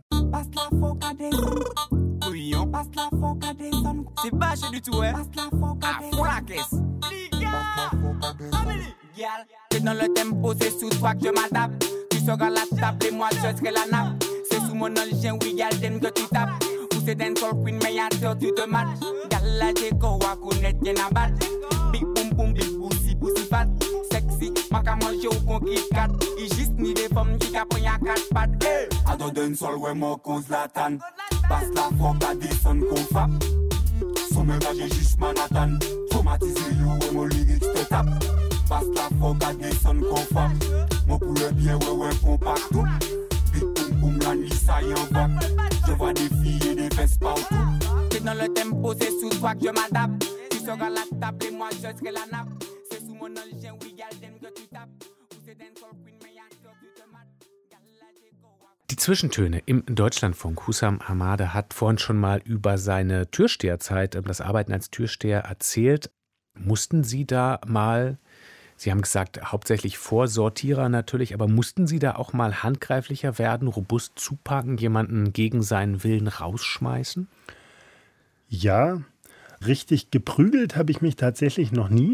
Dans le tempo, c'est sous toi que je m'adapte. Tu seras la table et moi je serai la nappe. C'est sous mon engin, oui, y'a le que tu tapes. Ou c'est d'un soul queen, mais y'a toi, tu te matches. Gala déco, à connaître, y'en a bat. Big boom boom, big boussi, boussi fat. Sexy, ma ka manger ou kon Kit Kat. Y juste ni des femmes qui capon y'a 4 pattes. Ado d'un soul, ouais, mon cause la tan. Passe la foque à des sons qu'on frappe. Somme j'ai juste Manhattan. Traumatisé, you, ouais, mon lyrics te tape. Passe la foque à des sons qu'on frappe. Mon poulet bien, ouais, compact tout. Big boom boom, la nuit, ça y en va. Je vois des filles et des fesses partout. T'es dans le tempo, c'est sous toi que je m'adapte. Tu seras la table et moi je serai la nappe. C'est sous mon engin, oui, y'a le que tu tapes. Ou c'est d'un soul queen, mais y'a toi, tu te mates. Die Zwischentöne im Deutschlandfunk. Hussam Hamade hat vorhin schon mal über seine Türsteherzeit, das Arbeiten als Türsteher erzählt. Mussten Sie da mal, Sie haben gesagt, hauptsächlich Vorsortierer natürlich, aber mussten Sie da auch mal handgreiflicher werden, robust zupacken, jemanden gegen seinen Willen rausschmeißen? Ja, richtig geprügelt habe ich mich tatsächlich noch nie.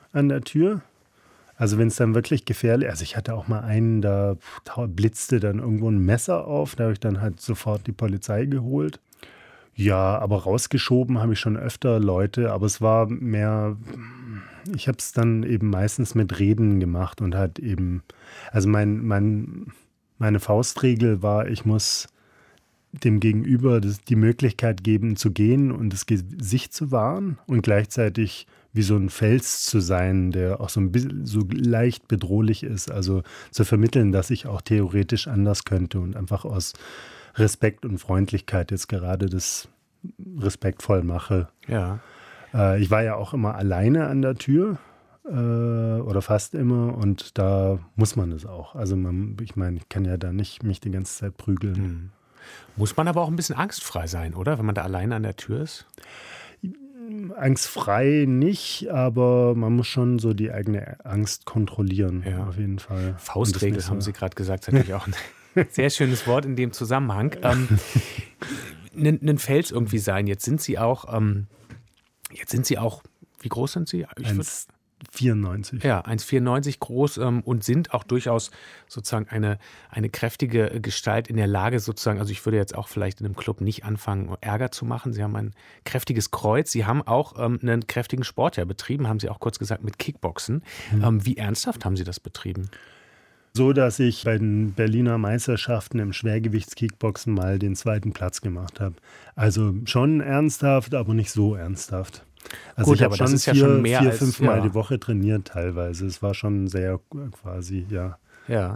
an der Tür. Also wenn es dann wirklich gefährlich ist. Also ich hatte auch mal einen, da blitzte dann irgendwo ein Messer auf. Da habe ich dann halt sofort die Polizei geholt. Ja, aber rausgeschoben habe ich schon öfter Leute. Aber es war mehr, ich habe es dann eben meistens mit Reden gemacht und halt eben, also meine Faustregel war, ich muss dem Gegenüber die Möglichkeit geben, zu gehen und das Gesicht zu wahren und gleichzeitig wie so ein Fels zu sein, der auch so ein bisschen so leicht bedrohlich ist. Also zu vermitteln, dass ich auch theoretisch anders könnte und einfach aus Respekt und Freundlichkeit jetzt gerade das respektvoll mache. Ja. Ich war ja auch immer alleine an der Tür oder fast immer und da muss man es auch. Also ich meine, ich kann ja da nicht mich die ganze Zeit prügeln. Hm. Muss man aber auch ein bisschen angstfrei sein, oder? Wenn man da alleine an der Tür ist? Angstfrei nicht, aber man muss schon so die eigene Angst kontrollieren, auf jeden Fall. Faustregel haben Sie gerade gesagt, ist natürlich auch ein sehr schönes Wort in dem Zusammenhang. Ein Fels irgendwie sein. Jetzt sind Sie auch, wie groß sind Sie? 1,94. Ja, 1,94 groß und sind auch durchaus sozusagen eine kräftige Gestalt in der Lage sozusagen, also ich würde jetzt auch vielleicht in einem Club nicht anfangen, Ärger zu machen. Sie haben ein kräftiges Kreuz. Sie haben auch einen kräftigen Sport ja betrieben, haben Sie auch kurz gesagt, mit Kickboxen. Wie ernsthaft haben Sie das betrieben? So, dass ich bei den Berliner Meisterschaften im Schwergewichtskickboxen mal den 2. Platz gemacht habe. Also schon ernsthaft, aber nicht so ernsthaft. Also gut, ich habe schon das ist ja schon mehr 4-5 Mal die Woche trainiert teilweise. Es war schon sehr quasi, ja. Ja.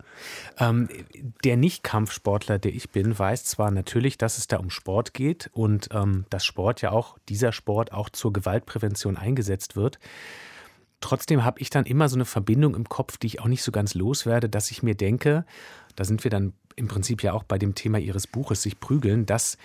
Der Nicht-Kampfsportler, der ich bin, weiß zwar natürlich, dass es da um Sport geht und dass dieser Sport auch zur Gewaltprävention eingesetzt wird. Trotzdem habe ich dann immer so eine Verbindung im Kopf, die ich auch nicht so ganz loswerde, dass ich mir denke, da sind wir dann im Prinzip ja auch bei dem Thema Ihres Buches, sich prügeln, dass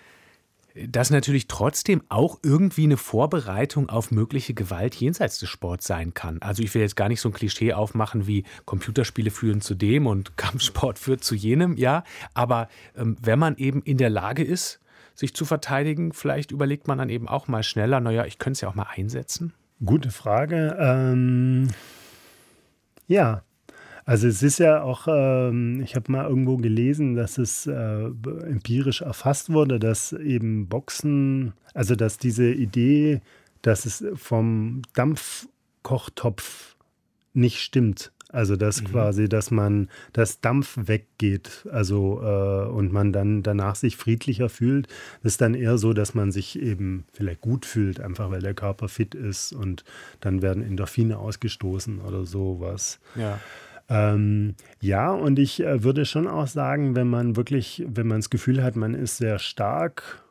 das natürlich trotzdem auch irgendwie eine Vorbereitung auf mögliche Gewalt jenseits des Sports sein kann. Also ich will jetzt gar nicht so ein Klischee aufmachen wie Computerspiele führen zu dem und Kampfsport führt zu jenem, ja. Aber wenn man eben in der Lage ist, sich zu verteidigen, vielleicht überlegt man dann eben auch mal schneller, naja, ich könnte es ja auch mal einsetzen. Gute Frage. Ja. Also es ist ja auch, ich habe mal irgendwo gelesen, dass es empirisch erfasst wurde, dass eben Boxen, also dass diese Idee, dass es vom Dampfkochtopf nicht stimmt. Also dass quasi, dass Dampf weggeht, also und man dann danach sich friedlicher fühlt, das ist dann eher so, dass man sich eben vielleicht gut fühlt, einfach weil der Körper fit ist und dann werden Endorphine ausgestoßen oder sowas. Ja. Ja, und ich würde schon auch sagen, wenn man das Gefühl hat, man ist sehr stark,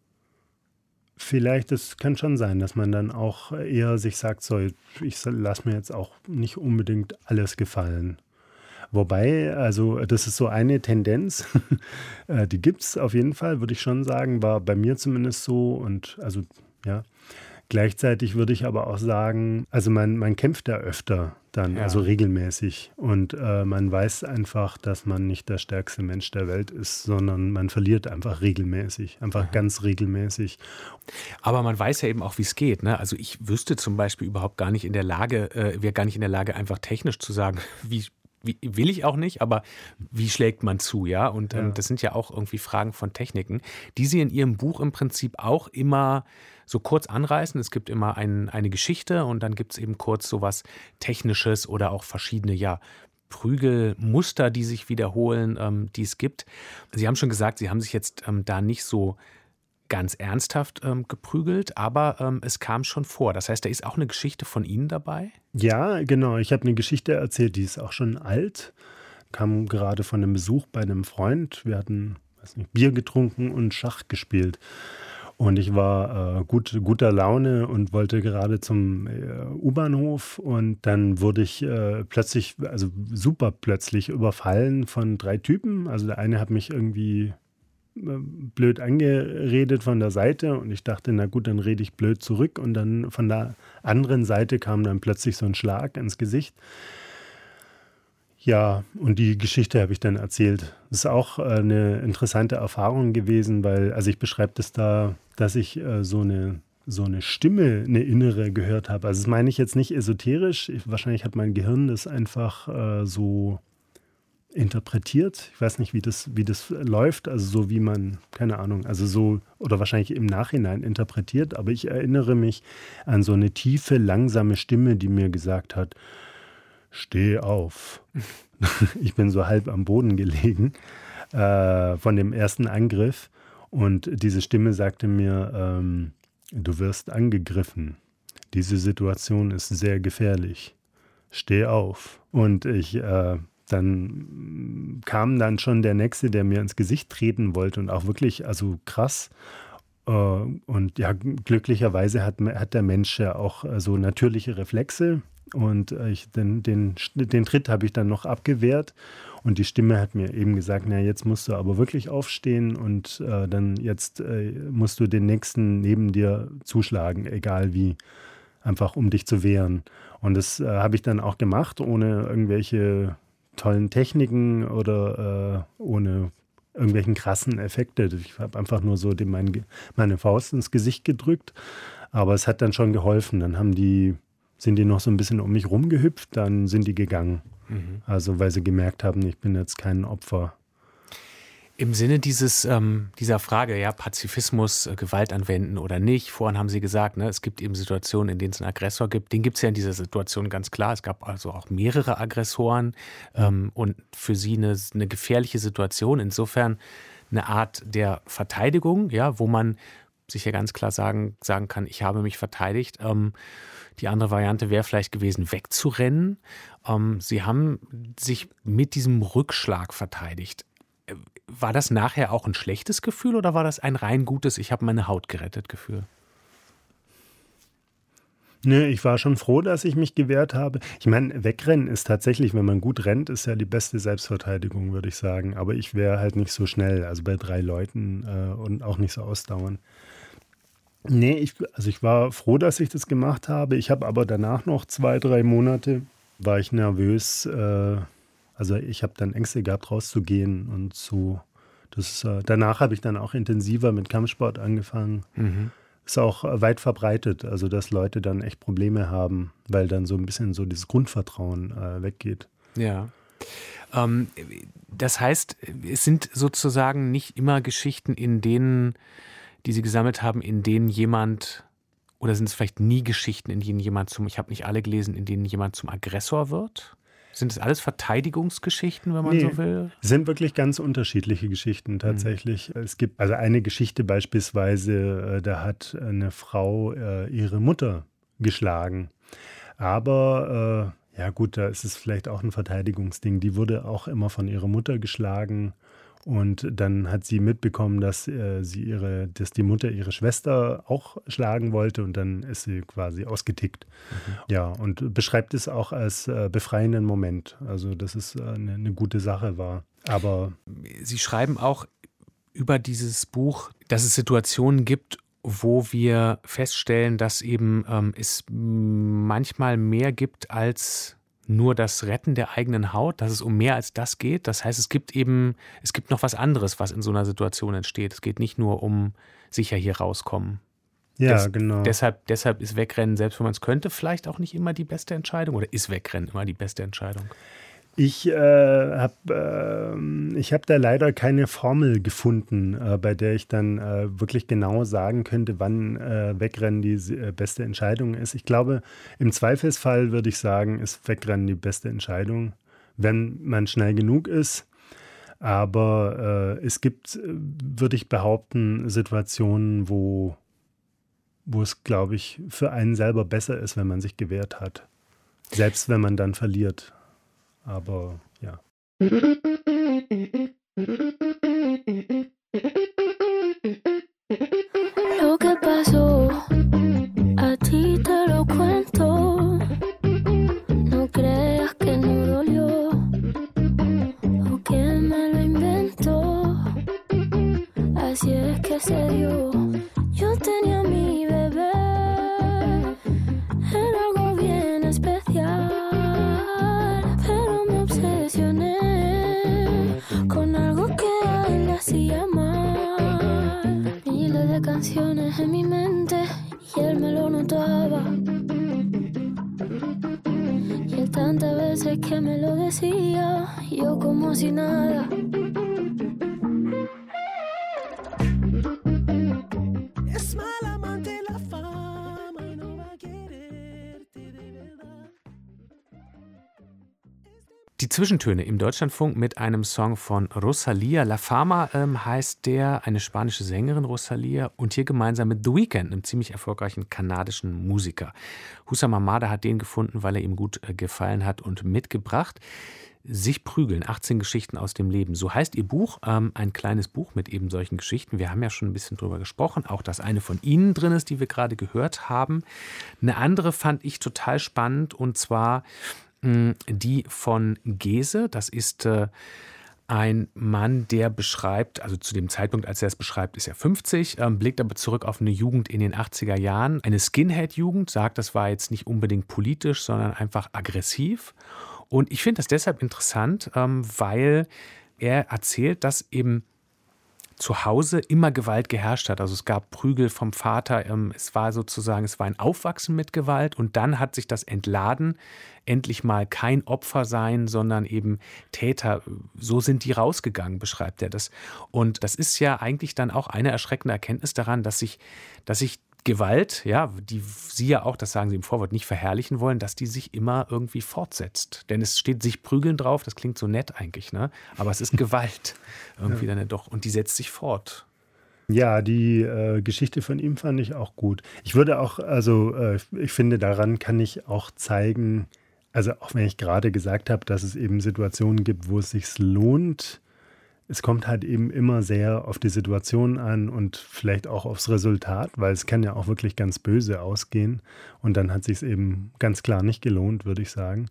vielleicht, das kann schon sein, dass man dann auch eher sich sagt, so, ich lasse mir jetzt auch nicht unbedingt alles gefallen. Wobei, also das ist so eine Tendenz, die gibt es auf jeden Fall, würde ich schon sagen, war bei mir zumindest so und also, ja. Gleichzeitig würde ich aber auch sagen, also man kämpft da öfter dann, also regelmäßig. Und man weiß einfach, dass man nicht der stärkste Mensch der Welt ist, sondern man verliert einfach regelmäßig, einfach ganz regelmäßig. Aber man weiß ja eben auch, wie es geht, ne? Also ich wüsste zum Beispiel überhaupt gar nicht in der Lage, wäre gar nicht in der Lage, einfach technisch zu sagen, wie will ich auch nicht, aber wie schlägt man zu, ja? Und das sind ja auch irgendwie Fragen von Techniken, die Sie in Ihrem Buch im Prinzip auch immer so kurz anreißen. Es gibt immer eine Geschichte und dann gibt es eben kurz sowas Technisches oder auch verschiedene, Prügelmuster, die sich wiederholen, die es gibt. Sie haben schon gesagt, Sie haben sich jetzt da nicht so ganz ernsthaft geprügelt, aber es kam schon vor. Das heißt, da ist auch eine Geschichte von Ihnen dabei? Ja, genau. Ich habe eine Geschichte erzählt, die ist auch schon alt. Kam gerade von einem Besuch bei einem Freund. Wir hatten Bier getrunken und Schach gespielt. Und ich war guter Laune und wollte gerade zum U-Bahnhof. Und dann wurde ich plötzlich, also super plötzlich, überfallen von 3 Typen. Also der eine hat mich irgendwie blöd angeredet von der Seite und ich dachte, na gut, dann rede ich blöd zurück und dann von der anderen Seite kam dann plötzlich so ein Schlag ins Gesicht. Ja, und die Geschichte habe ich dann erzählt. Das ist auch eine interessante Erfahrung gewesen, weil, also ich beschreibe das da, dass ich so eine so eine Stimme, eine innere gehört habe. Also das meine ich jetzt nicht esoterisch. Wahrscheinlich hat mein Gehirn das einfach so interpretiert. Ich weiß nicht, wie das läuft. Also so wie man, keine Ahnung, also so oder wahrscheinlich im Nachhinein interpretiert. Aber ich erinnere mich an so eine tiefe, langsame Stimme, die mir gesagt hat, steh auf. Ich bin so halb am Boden gelegen von dem ersten Angriff. Und diese Stimme sagte mir, du wirst angegriffen. Diese Situation ist sehr gefährlich. Steh auf. Und dann kam dann schon der Nächste, der mir ins Gesicht treten wollte und auch wirklich, also krass. Und ja, glücklicherweise hat der Mensch ja auch so natürliche Reflexe. Und den Tritt habe ich dann noch abgewehrt. Und die Stimme hat mir eben gesagt, na, jetzt musst du aber wirklich aufstehen und dann jetzt musst du den Nächsten neben dir zuschlagen, egal wie, einfach um dich zu wehren. Und das habe ich dann auch gemacht, ohne irgendwelche tollen Techniken oder ohne irgendwelchen krassen Effekte. Ich habe einfach nur so meine Faust ins Gesicht gedrückt, aber es hat dann schon geholfen. Dann sind die noch so ein bisschen um mich rumgehüpft, dann sind die gegangen. Mhm. Also weil sie gemerkt haben, ich bin jetzt kein Opfer. Im Sinne dieser Frage, ja, Pazifismus, Gewalt anwenden oder nicht. Vorhin haben Sie gesagt, ne, es gibt eben Situationen, in denen es einen Aggressor gibt. Den gibt es ja in dieser Situation ganz klar. Es gab also auch mehrere Aggressoren und für Sie eine gefährliche Situation. Insofern eine Art der Verteidigung, ja, wo man sich ja ganz klar sagen kann, ich habe mich verteidigt. Die andere Variante wäre vielleicht gewesen, wegzurennen. Sie haben sich mit diesem Rückschlag verteidigt. War das nachher auch ein schlechtes Gefühl oder war das ein rein gutes, ich habe meine Haut gerettet Gefühl? Nee, ich war schon froh, dass ich mich gewehrt habe. Ich meine, wegrennen ist tatsächlich, wenn man gut rennt, ist ja die beste Selbstverteidigung, würde ich sagen. Aber ich wäre halt nicht so schnell, also bei 3 Leuten und auch nicht so ausdauernd. Nee, ich war froh, dass ich das gemacht habe. Ich habe aber danach noch 2-3 Monate, war ich nervös. Also ich habe dann Ängste gehabt, rauszugehen und so. Danach habe ich dann auch intensiver mit Kampfsport angefangen. Mhm. Ist auch weit verbreitet, also dass Leute dann echt Probleme haben, weil dann so ein bisschen so dieses Grundvertrauen weggeht. Ja. Das heißt, es sind sozusagen nicht immer Geschichten, die Sie gesammelt haben, in denen jemand, oder sind es vielleicht nie Geschichten, in denen jemand ich habe nicht alle gelesen, in denen jemand zum Aggressor wird? Sind das alles Verteidigungsgeschichten, wenn man so will? Es sind wirklich ganz unterschiedliche Geschichten tatsächlich. Es gibt also eine Geschichte beispielsweise, da hat eine Frau ihre Mutter geschlagen. Aber ja gut, da ist es vielleicht auch ein Verteidigungsding. Die wurde auch immer von ihrer Mutter geschlagen. Und dann hat sie mitbekommen, dass die Mutter ihre Schwester auch schlagen wollte und dann ist sie quasi ausgetickt. Mhm. Ja, und beschreibt es auch als befreienden Moment. Also, dass es eine gute Sache war. Aber Sie schreiben auch über dieses Buch, dass es Situationen gibt, wo wir feststellen, dass eben es manchmal mehr gibt als nur das Retten der eigenen Haut, dass es um mehr als das geht. Das heißt, es gibt noch was anderes, was in so einer Situation entsteht. Es geht nicht nur um sicher hier rauskommen. Ja, genau. Deshalb ist Wegrennen, selbst wenn man es könnte, vielleicht auch nicht immer die beste Entscheidung. Oder ist Wegrennen immer die beste Entscheidung? Ich habe da leider keine Formel gefunden, bei der ich dann wirklich genau sagen könnte, wann Wegrennen die beste Entscheidung ist. Ich glaube, im Zweifelsfall würde ich sagen, ist Wegrennen die beste Entscheidung, wenn man schnell genug ist. Aber es gibt, würde ich behaupten, Situationen, wo es, glaube ich, für einen selber besser ist, wenn man sich gewehrt hat. Selbst wenn man dann verliert. Aber ja. Lo que pasó, a ti te lo cuento. No creas que no dolió o que me lo inventó. Así es que se dio. Yo tenía mi bebé, era algo bien especial. Con algo que a él le hacía mal. Miles de canciones en mi mente y como si nada. Es mal amante la fama y no va a quererte de verdad. Die Zwischentöne im Deutschlandfunk mit einem Song von Rosalía. La Fama heißt der, eine spanische Sängerin Rosalía, und hier gemeinsam mit The Weeknd, einem ziemlich erfolgreichen kanadischen Musiker. Hussam Hamada hat den gefunden, weil er ihm gut gefallen hat, und mitgebracht. Sich prügeln, 18 Geschichten aus dem Leben. So heißt ihr Buch, ein kleines Buch mit eben solchen Geschichten. Wir haben ja schon ein bisschen drüber gesprochen, auch dass eine von Ihnen drin ist, die wir gerade gehört haben. Eine andere fand ich total spannend, und zwar die von Gese. Das ist ein Mann, der beschreibt, also zu dem Zeitpunkt, als er es beschreibt, ist er 50, blickt aber zurück auf eine Jugend in den 80er Jahren. Eine Skinhead-Jugend, sagt, das war jetzt nicht unbedingt politisch, sondern einfach aggressiv. Und ich finde das deshalb interessant, weil er erzählt, dass eben zu Hause immer Gewalt geherrscht hat. Also es gab Prügel vom Vater, es war ein Aufwachsen mit Gewalt, und dann hat sich das entladen, endlich mal kein Opfer sein, sondern eben Täter. So sind die rausgegangen, beschreibt er das. Und das ist ja eigentlich dann auch eine erschreckende Erkenntnis daran, dass sich Gewalt, ja, die Sie ja auch, das sagen Sie im Vorwort, nicht verherrlichen wollen, dass die sich immer irgendwie fortsetzt. Denn es steht sich prügeln drauf, das klingt so nett eigentlich, ne? Aber es ist Gewalt irgendwie dann doch, und die setzt sich fort. Ja, die Geschichte von ihm fand ich auch gut. Ich würde auch, ich finde, daran kann ich auch zeigen, also auch wenn ich gerade gesagt habe, dass es eben Situationen gibt, wo es sich lohnt, es kommt halt eben immer sehr auf die Situation an und vielleicht auch aufs Resultat, weil es kann ja auch wirklich ganz böse ausgehen, und dann hat es sich eben ganz klar nicht gelohnt, würde ich sagen.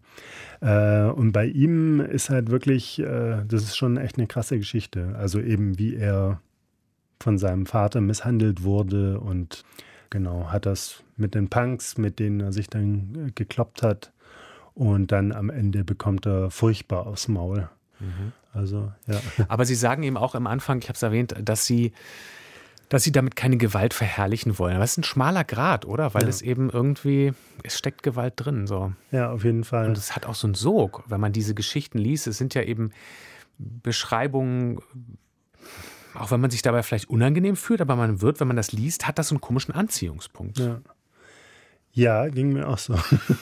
Und bei ihm ist halt wirklich, das ist schon echt eine krasse Geschichte. Also eben, wie er von seinem Vater misshandelt wurde, und genau, hat das mit den Punks, mit denen er sich dann gekloppt hat, und dann am Ende bekommt er furchtbar aufs Maul. Also, ja. Aber Sie sagen eben auch am Anfang, ich habe es erwähnt, dass Sie damit keine Gewalt verherrlichen wollen. Aber das ist ein schmaler Grat, oder? Weil es eben irgendwie, es steckt Gewalt drin. So. Ja, auf jeden Fall. Und es hat auch so einen Sog, wenn man diese Geschichten liest. Es sind ja eben Beschreibungen, auch wenn man sich dabei vielleicht unangenehm fühlt, aber wenn man das liest, hat das so einen komischen Anziehungspunkt. Ja, ging mir auch so.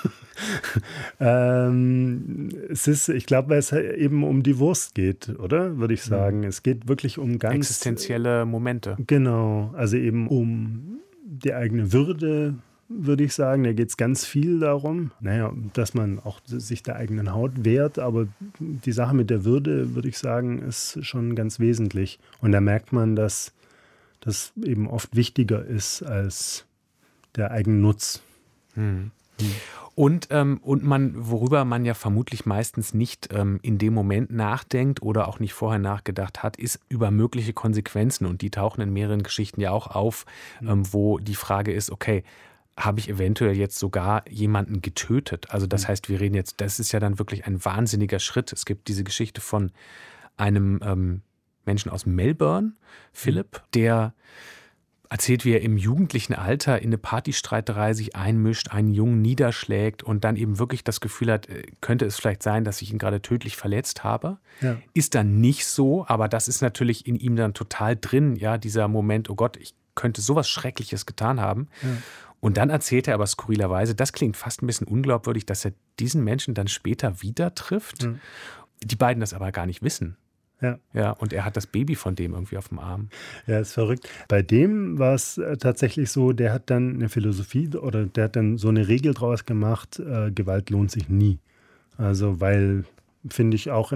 Ich glaube, weil es eben um die Wurst geht, oder? Würde ich sagen. Es geht wirklich um ganz existenzielle Momente. Genau, also eben um die eigene Würde, würde ich sagen. Da geht es ganz viel darum, dass man auch sich der eigenen Haut wehrt, aber die Sache mit der Würde, würde ich sagen, ist schon ganz wesentlich. Und da merkt man, dass das eben oft wichtiger ist als der Eigennutz. Und worüber man ja vermutlich meistens nicht in dem Moment nachdenkt oder auch nicht vorher nachgedacht hat, ist über mögliche Konsequenzen. Und die tauchen in mehreren Geschichten ja auch auf, wo die Frage ist, okay, habe ich eventuell jetzt sogar jemanden getötet? Also das heißt, wir reden jetzt, das ist ja dann wirklich ein wahnsinniger Schritt. Es gibt diese Geschichte von einem Menschen aus Melbourne, Philipp, der erzählt, wie er im jugendlichen Alter in eine Partystreiterei sich einmischt, einen Jungen niederschlägt und dann eben wirklich das Gefühl hat, könnte es vielleicht sein, dass ich ihn gerade tödlich verletzt habe. Ja. Ist dann nicht so, aber das ist natürlich in ihm dann total drin, ja, dieser Moment, oh Gott, ich könnte sowas Schreckliches getan haben. Ja. Und dann erzählt er aber skurrilerweise, das klingt fast ein bisschen unglaubwürdig, dass er diesen Menschen dann später wieder trifft. Die beiden das aber gar nicht wissen. Ja, und er hat das Baby von dem irgendwie auf dem Arm. Ja, ist verrückt. Bei dem war es tatsächlich so, der hat dann eine Philosophie oder der hat dann so eine Regel draus gemacht, Gewalt lohnt sich nie. Also, weil, finde ich auch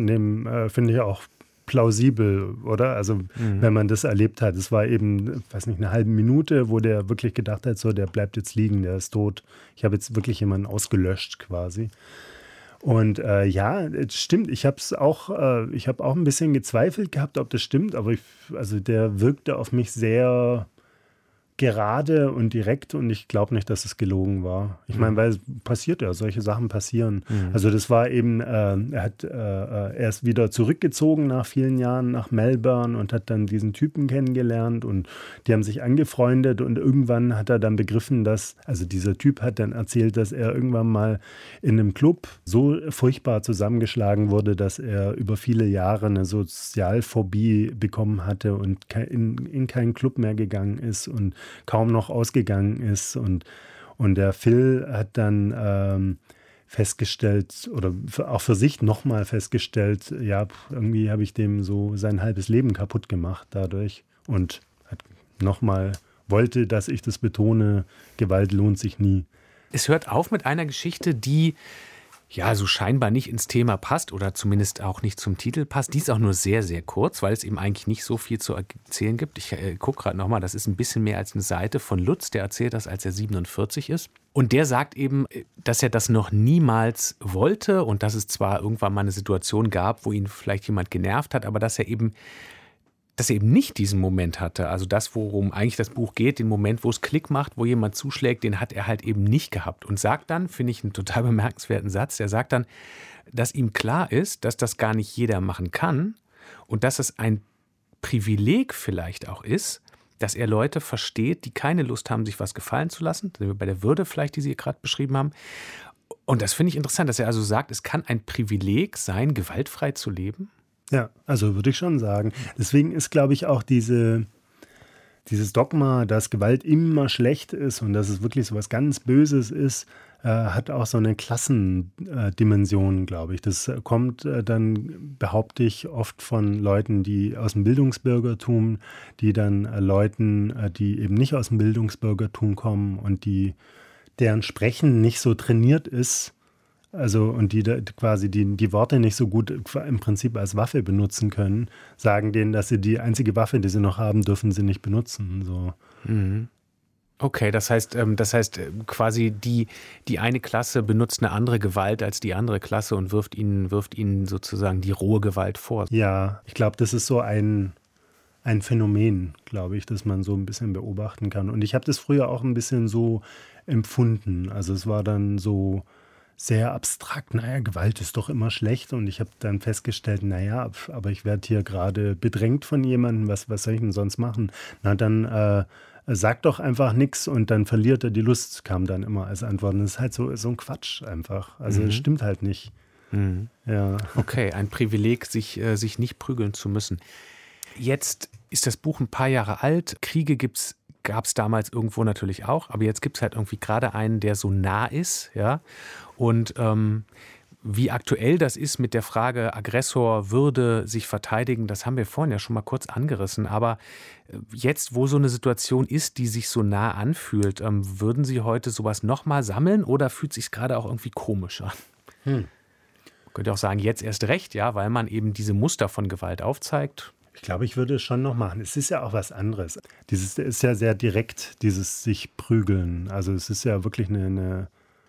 plausibel, oder? Also, wenn man das erlebt hat, es war eben, weiß nicht, eine halbe Minute, wo der wirklich gedacht hat, so, der bleibt jetzt liegen, der ist tot. Ich habe jetzt wirklich jemanden ausgelöscht quasi. Und ja, es stimmt. Ich habe auch ein bisschen gezweifelt gehabt, ob das stimmt, aber der wirkte auf mich sehr gerade und direkt und ich glaube nicht, dass es gelogen war. Ich meine, weil es passiert ja, solche Sachen passieren. Also das war eben, er ist wieder zurückgezogen nach vielen Jahren nach Melbourne und hat dann diesen Typen kennengelernt und die haben sich angefreundet und irgendwann hat er dann begriffen, also dieser Typ hat dann erzählt, dass er irgendwann mal in einem Club so furchtbar zusammengeschlagen wurde, dass er über viele Jahre eine Sozialphobie bekommen hatte und in keinen Club mehr gegangen ist und kaum noch ausgegangen ist. Und der Phil hat dann festgestellt oder auch für sich nochmal festgestellt, ja, irgendwie habe ich dem so sein halbes Leben kaputt gemacht dadurch und hat nochmal wollte, dass ich das betone, Gewalt lohnt sich nie. Es hört auf mit einer Geschichte, die ja so scheinbar nicht ins Thema passt oder zumindest auch nicht zum Titel passt. Die ist auch nur sehr, sehr kurz, weil es eben eigentlich nicht so viel zu erzählen gibt. Ich gucke gerade nochmal, das ist ein bisschen mehr als eine Seite von Lutz, der erzählt das, als er 47 ist. Und der sagt eben, dass er das noch niemals wollte und dass es zwar irgendwann mal eine Situation gab, wo ihn vielleicht jemand genervt hat, aber dass er eben nicht diesen Moment hatte. Also das, worum eigentlich das Buch geht, den Moment, wo es Klick macht, wo jemand zuschlägt, den hat er halt eben nicht gehabt. Und sagt dann, finde ich einen total bemerkenswerten Satz, der sagt dann, dass ihm klar ist, dass das gar nicht jeder machen kann und dass es ein Privileg vielleicht auch ist, dass er Leute versteht, die keine Lust haben, sich was gefallen zu lassen. Bei der Würde vielleicht, die Sie gerade beschrieben haben. Und das finde ich interessant, dass er also sagt, es kann ein Privileg sein, gewaltfrei zu leben. Ja, also würde ich schon sagen. Deswegen ist, glaube ich, auch dieses Dogma, dass Gewalt immer schlecht ist und dass es wirklich so was ganz Böses ist, hat auch so eine Klassendimension, glaube ich. Das kommt dann, behaupte ich, oft von Leuten, die aus dem Bildungsbürgertum, die dann Leuten, die eben nicht aus dem Bildungsbürgertum kommen und deren Sprechen nicht so trainiert ist, also und die quasi die Worte nicht so gut im Prinzip als Waffe benutzen können, sagen denen, dass sie die einzige Waffe, die sie noch haben, dürfen sie nicht benutzen. So. Okay, das heißt quasi die eine Klasse benutzt eine andere Gewalt als die andere Klasse und wirft ihnen sozusagen die rohe Gewalt vor. Ja, ich glaube, das ist so ein Phänomen, glaube ich, das man so ein bisschen beobachten kann. Und ich habe das früher auch ein bisschen so empfunden. Also es war dann so sehr abstrakt, Gewalt ist doch immer schlecht und ich habe dann festgestellt, aber ich werde hier gerade bedrängt von jemandem, was soll ich denn sonst machen? Na, dann sag doch einfach nichts und dann verliert er die Lust, kam dann immer als Antwort. Und das ist halt so ein Quatsch einfach, also das stimmt halt nicht. Ja. Okay, ein Privileg, sich nicht prügeln zu müssen. Jetzt ist das Buch ein paar Jahre alt, Kriege gab es damals irgendwo natürlich auch, aber jetzt gibt es halt irgendwie gerade einen, der so nah ist, ja. Und wie aktuell das ist mit der Frage Aggressor, Würde, sich verteidigen, das haben wir vorhin ja schon mal kurz angerissen. Aber jetzt, wo so eine Situation ist, die sich so nah anfühlt, würden Sie heute sowas nochmal sammeln oder fühlt es sich gerade auch irgendwie komisch an? Man könnte auch sagen, jetzt erst recht, ja, weil man eben diese Muster von Gewalt aufzeigt. Ich glaube, ich würde es schon noch machen. Es ist ja auch was anderes. Dieses ist ja sehr direkt, dieses sich prügeln. Also es ist ja wirklich eine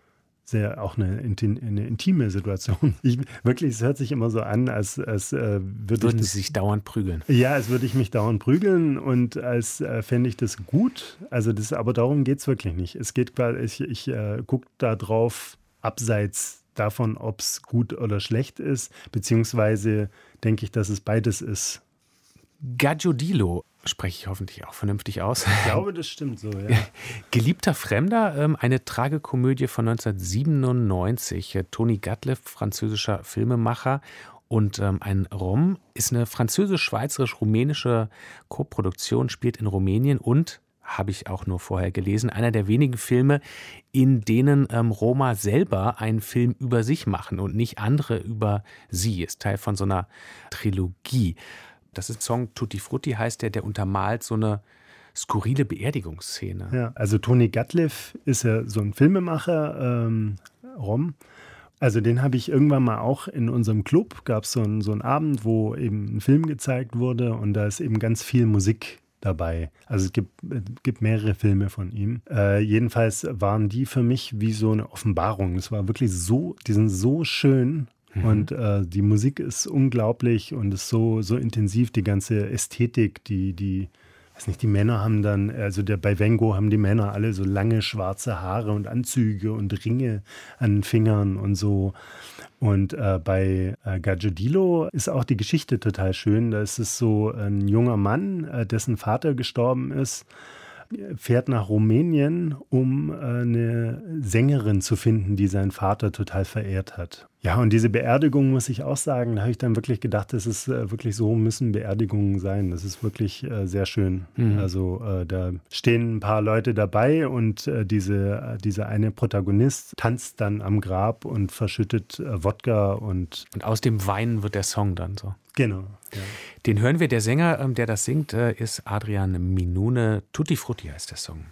intime Situation. Es hört sich immer so an, als würden Sie sich dauernd prügeln. Ja, als würde ich mich dauernd prügeln und als fände ich das gut. Also aber darum geht es wirklich nicht. Es geht quasi, ich gucke da drauf, abseits davon, ob es gut oder schlecht ist, beziehungsweise denke ich, dass es beides ist. Gaggiodilo spreche ich hoffentlich auch vernünftig aus. Ich glaube, das stimmt so, ja. Geliebter Fremder, eine Tragikomödie von 1997. Tony Gatliff, französischer Filmemacher. Und ein Rom ist eine französisch-schweizerisch-rumänische Koproduktion, spielt in Rumänien und, habe ich auch nur vorher gelesen, einer der wenigen Filme, in denen Roma selber einen Film über sich machen und nicht andere über sie. Ist Teil von so einer Trilogie. Das ist ein Song, Tutti Frutti heißt der untermalt so eine skurrile Beerdigungsszene. Ja, also Tony Gatliff ist ja so ein Filmemacher, Rom. Also den habe ich irgendwann mal auch in unserem Club, gab es so einen Abend, wo eben ein Film gezeigt wurde und da ist eben ganz viel Musik dabei. Also es gibt mehrere Filme von ihm. Jedenfalls waren die für mich wie so eine Offenbarung. Es war wirklich die sind so schön. Und die Musik ist unglaublich und ist so intensiv, die ganze Ästhetik, die weiß nicht, die Männer haben dann, also bei Vengo haben die Männer alle so lange schwarze Haare und Anzüge und Ringe an den Fingern und so. Und bei Gargiulo ist auch die Geschichte total schön. Da ist es so ein junger Mann, dessen Vater gestorben ist, fährt nach Rumänien, um eine Sängerin zu finden, die seinen Vater total verehrt hat. Ja, und diese Beerdigung, muss ich auch sagen, da habe ich dann wirklich gedacht, das ist wirklich so, müssen Beerdigungen sein. Das ist wirklich sehr schön. Also da stehen ein paar Leute dabei und dieser eine Protagonist tanzt dann am Grab und verschüttet Wodka und aus dem Weinen wird der Song dann so. Genau. Ja. Den hören wir. Der Sänger, der das singt, ist Adrian Minune. Tutti Frutti heißt der Song.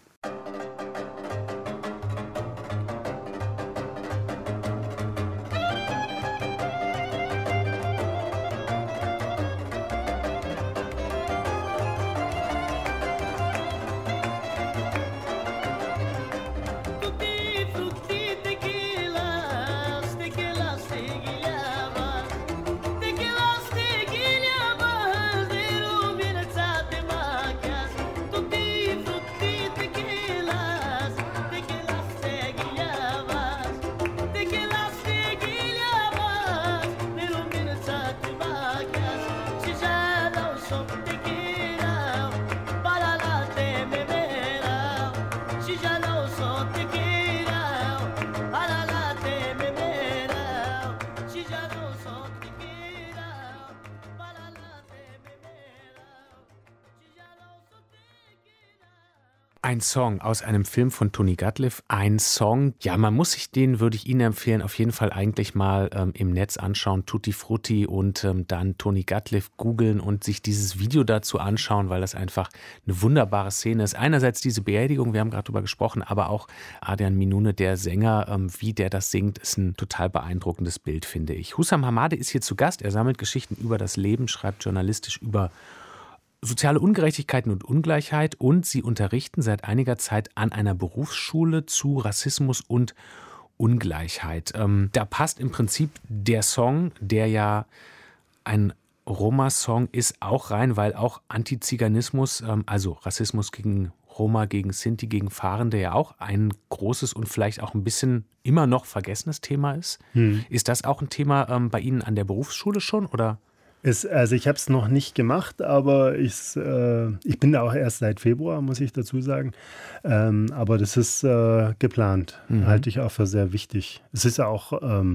Ein Song aus einem Film von Tony Gatliff, ein Song, ja, man muss sich den, würde ich Ihnen empfehlen, auf jeden Fall eigentlich mal im Netz anschauen, Tutti Frutti und dann Tony Gatliff googeln und sich dieses Video dazu anschauen, weil das einfach eine wunderbare Szene ist. Einerseits diese Beerdigung, wir haben gerade drüber gesprochen, aber auch Adrian Minune, der Sänger, wie der das singt, ist ein total beeindruckendes Bild, finde ich. Hussam Hamade ist hier zu Gast, er sammelt Geschichten über das Leben, schreibt journalistisch über soziale Ungerechtigkeiten und Ungleichheit und Sie unterrichten seit einiger Zeit an einer Berufsschule zu Rassismus und Ungleichheit. Da passt im Prinzip der Song, der ja ein Roma-Song ist, auch rein, weil auch Antiziganismus, also Rassismus gegen Roma, gegen Sinti, gegen Fahrende ja auch ein großes und vielleicht auch ein bisschen immer noch vergessenes Thema ist. Ist das auch ein Thema bei Ihnen an der Berufsschule schon, oder? Also ich habe es noch nicht gemacht, aber ich bin da auch erst seit Februar, muss ich dazu sagen. Aber das ist geplant, halte ich auch für sehr wichtig. Es ist ja auch,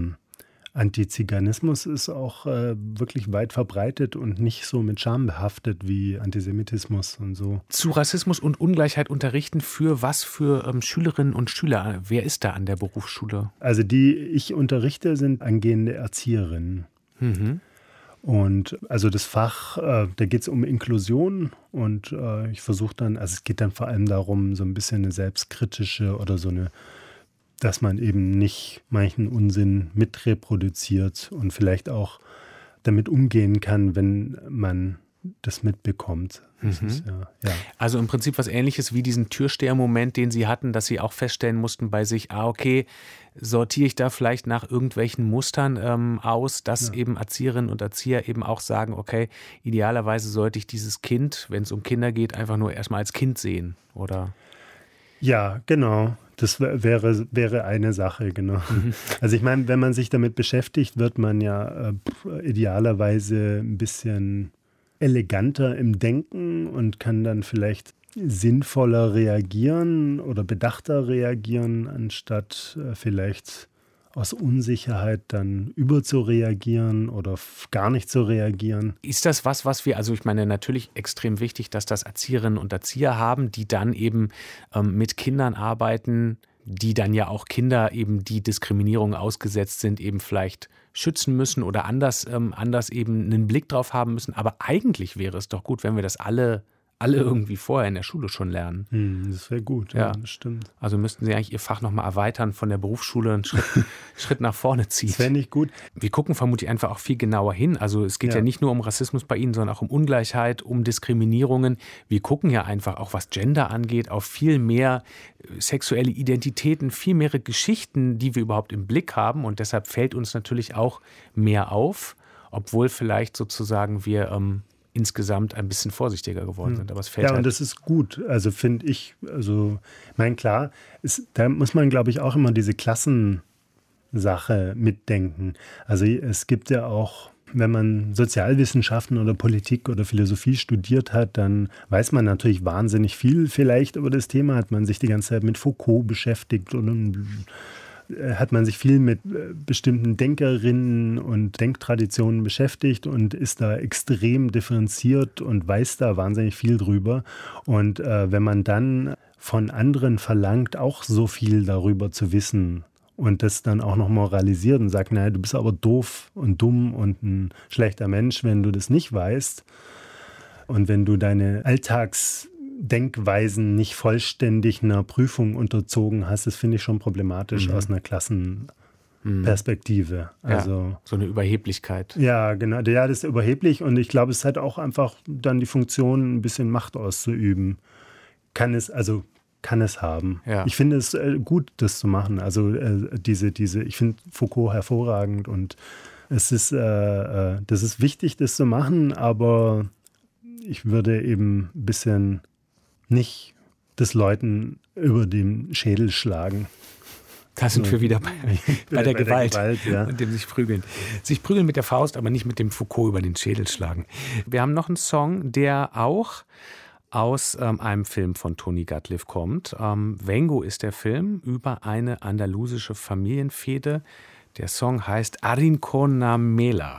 Antiziganismus ist auch wirklich weit verbreitet und nicht so mit Scham behaftet wie Antisemitismus und so. Zu Rassismus und Ungleichheit unterrichten für was für Schülerinnen und Schüler? Wer ist da an der Berufsschule? Also die ich unterrichte, sind angehende Erzieherinnen. Und also das Fach, da geht es um Inklusion und ich versuche dann, also es geht dann vor allem darum, so ein bisschen eine selbstkritische oder so eine, dass man eben nicht manchen Unsinn mitreproduziert und vielleicht auch damit umgehen kann, wenn man das mitbekommt. Das ist Also im Prinzip was Ähnliches wie diesen Türsteher-Moment, den Sie hatten, dass Sie auch feststellen mussten bei sich, okay, sortiere ich da vielleicht nach irgendwelchen Mustern aus, dass eben Erzieherinnen und Erzieher eben auch sagen, okay, idealerweise sollte ich dieses Kind, wenn es um Kinder geht, einfach nur erstmal als Kind sehen, oder? Ja, genau. Das wäre eine Sache, genau. Also ich meine, wenn man sich damit beschäftigt, wird man ja idealerweise ein bisschen eleganter im Denken und kann dann vielleicht sinnvoller reagieren oder bedachter reagieren, anstatt vielleicht aus Unsicherheit dann überzureagieren oder gar nicht zu reagieren. Ist das was wir, also ich meine, natürlich extrem wichtig, dass das Erzieherinnen und Erzieher haben, die dann eben mit Kindern arbeiten, die dann ja auch Kinder eben, die Diskriminierung ausgesetzt sind, eben vielleicht schützen müssen oder anders eben einen Blick drauf haben müssen. Aber eigentlich wäre es doch gut, wenn wir das alle irgendwie vorher in der Schule schon lernen. Das wäre gut, ja, das stimmt. Also müssten Sie eigentlich Ihr Fach nochmal erweitern, von der Berufsschule einen Schritt nach vorne ziehen. Das wäre nicht gut. Wir gucken vermutlich einfach auch viel genauer hin. Also es geht ja nicht nur um Rassismus bei Ihnen, sondern auch um Ungleichheit, um Diskriminierungen. Wir gucken ja einfach auch, was Gender angeht, auf viel mehr sexuelle Identitäten, viel mehr Geschichten, die wir überhaupt im Blick haben. Und deshalb fällt uns natürlich auch mehr auf, obwohl vielleicht sozusagen wir insgesamt ein bisschen vorsichtiger geworden sind. Aber es fällt Ja, und das ist gut, also finde ich, also, ich meine, klar, da muss man, glaube ich, auch immer diese Klassensache mitdenken. Also es gibt ja auch, wenn man Sozialwissenschaften oder Politik oder Philosophie studiert hat, dann weiß man natürlich wahnsinnig viel vielleicht über das Thema, hat man sich die ganze Zeit mit Foucault beschäftigt und hat man sich viel mit bestimmten Denkerinnen und Denktraditionen beschäftigt und ist da extrem differenziert und weiß da wahnsinnig viel drüber. Und wenn man dann von anderen verlangt, auch so viel darüber zu wissen und das dann auch noch moralisiert und sagt, naja, du bist aber doof und dumm und ein schlechter Mensch, wenn du das nicht weißt und wenn du deine Alltagsdenkweisen nicht vollständig einer Prüfung unterzogen hast, das finde ich schon problematisch aus einer Klassenperspektive. Also, so eine Überheblichkeit. Ja, genau. Ja, das ist überheblich und ich glaube, es hat auch einfach dann die Funktion, ein bisschen Macht auszuüben. Kann es haben. Ja. Ich finde es gut, das zu machen. Also ich finde Foucault hervorragend und das ist wichtig, das zu machen, aber ich würde eben ein bisschen nicht des Leuten über den Schädel schlagen. Da sind wir wieder bei der Gewalt, ja. und dem sich prügeln. Sich prügeln mit der Faust, aber nicht mit dem Foucault über den Schädel schlagen. Wir haben noch einen Song, der auch aus einem Film von Tony Gatliff kommt. Vengo ist der Film über eine andalusische Familienfehde. Der Song heißt Arrinconamela.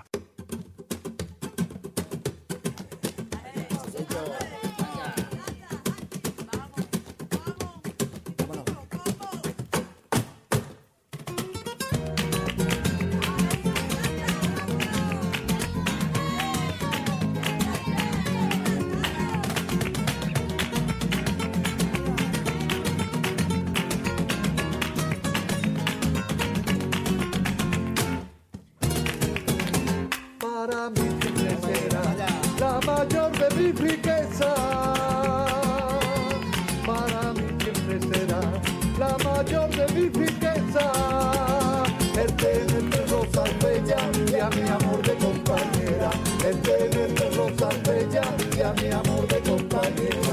Para mí siempre será la mayor de mi riqueza. Para mí siempre será la mayor de mi riqueza. El tenerte rosas bellas y a mi amor de compañera. El tenerte rosas bellas y a mi amor de compañera.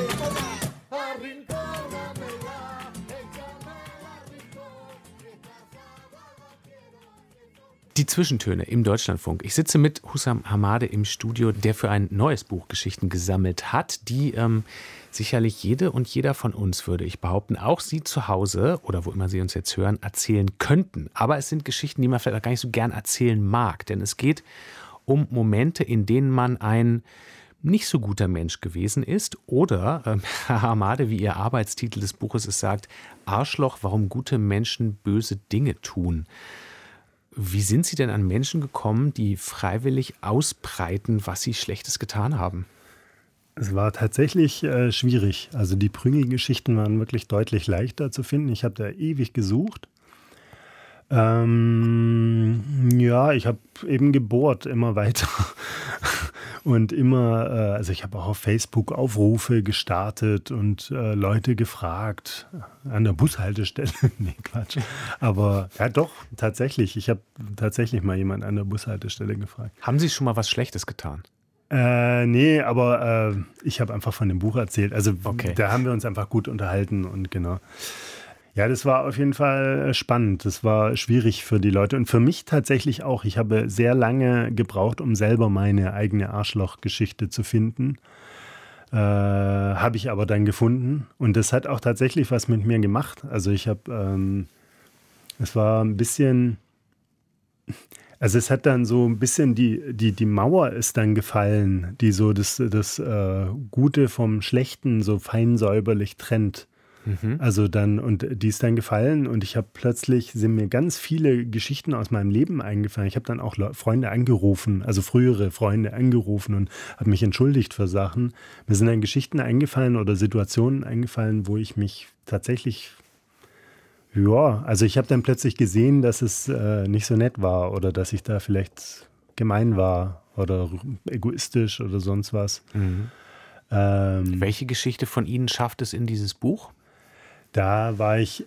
Die Zwischentöne im Deutschlandfunk. Ich sitze mit Hussam Hamade im Studio, der für ein neues Buch Geschichten gesammelt hat, die sicherlich jede und jeder von uns, würde ich behaupten, auch Sie zu Hause oder wo immer Sie uns jetzt hören, erzählen könnten. Aber es sind Geschichten, die man vielleicht auch gar nicht so gern erzählen mag, denn es geht um Momente, in denen man ein nicht so guter Mensch gewesen ist oder, Herr Hamade, wie Ihr Arbeitstitel des Buches es sagt, Arschloch, warum gute Menschen böse Dinge tun. Wie sind Sie denn an Menschen gekommen, die freiwillig ausbreiten, was sie Schlechtes getan haben? Es war tatsächlich schwierig. Also die Prügelgeschichten waren wirklich deutlich leichter zu finden. Ich habe da ewig gesucht. Ja, ich habe eben gebohrt, immer weiter. Und immer, also ich habe auch auf Facebook Aufrufe gestartet und Leute gefragt, an der Bushaltestelle. Nee, Quatsch. Aber ja doch, tatsächlich. Ich habe tatsächlich mal jemanden an der Bushaltestelle gefragt. Haben Sie schon mal was Schlechtes getan? Nee, aber ich habe einfach von dem Buch erzählt. Also Okay. Da haben wir uns einfach gut unterhalten und genau. Ja, das war auf jeden Fall spannend. Das war schwierig für die Leute und für mich tatsächlich auch. Ich habe sehr lange gebraucht, um selber meine eigene Arschlochgeschichte zu finden. Habe ich aber dann gefunden und das hat auch tatsächlich was mit mir gemacht. Also ich habe, es war ein bisschen, also es hat dann so ein bisschen die Mauer ist dann gefallen, die so das Gute vom Schlechten so fein säuberlich trennt. Also dann, und die ist dann gefallen und ich habe plötzlich, sind mir ganz viele Geschichten aus meinem Leben eingefallen. Ich habe dann auch Freunde angerufen, also frühere Freunde angerufen und habe mich entschuldigt für Sachen. Mir sind dann Geschichten eingefallen oder Situationen eingefallen, wo ich mich tatsächlich, ja, also ich habe dann plötzlich gesehen, dass es nicht so nett war oder dass ich da vielleicht gemein war oder egoistisch oder sonst was. Welche Geschichte von Ihnen schafft es in dieses Buch? Da war ich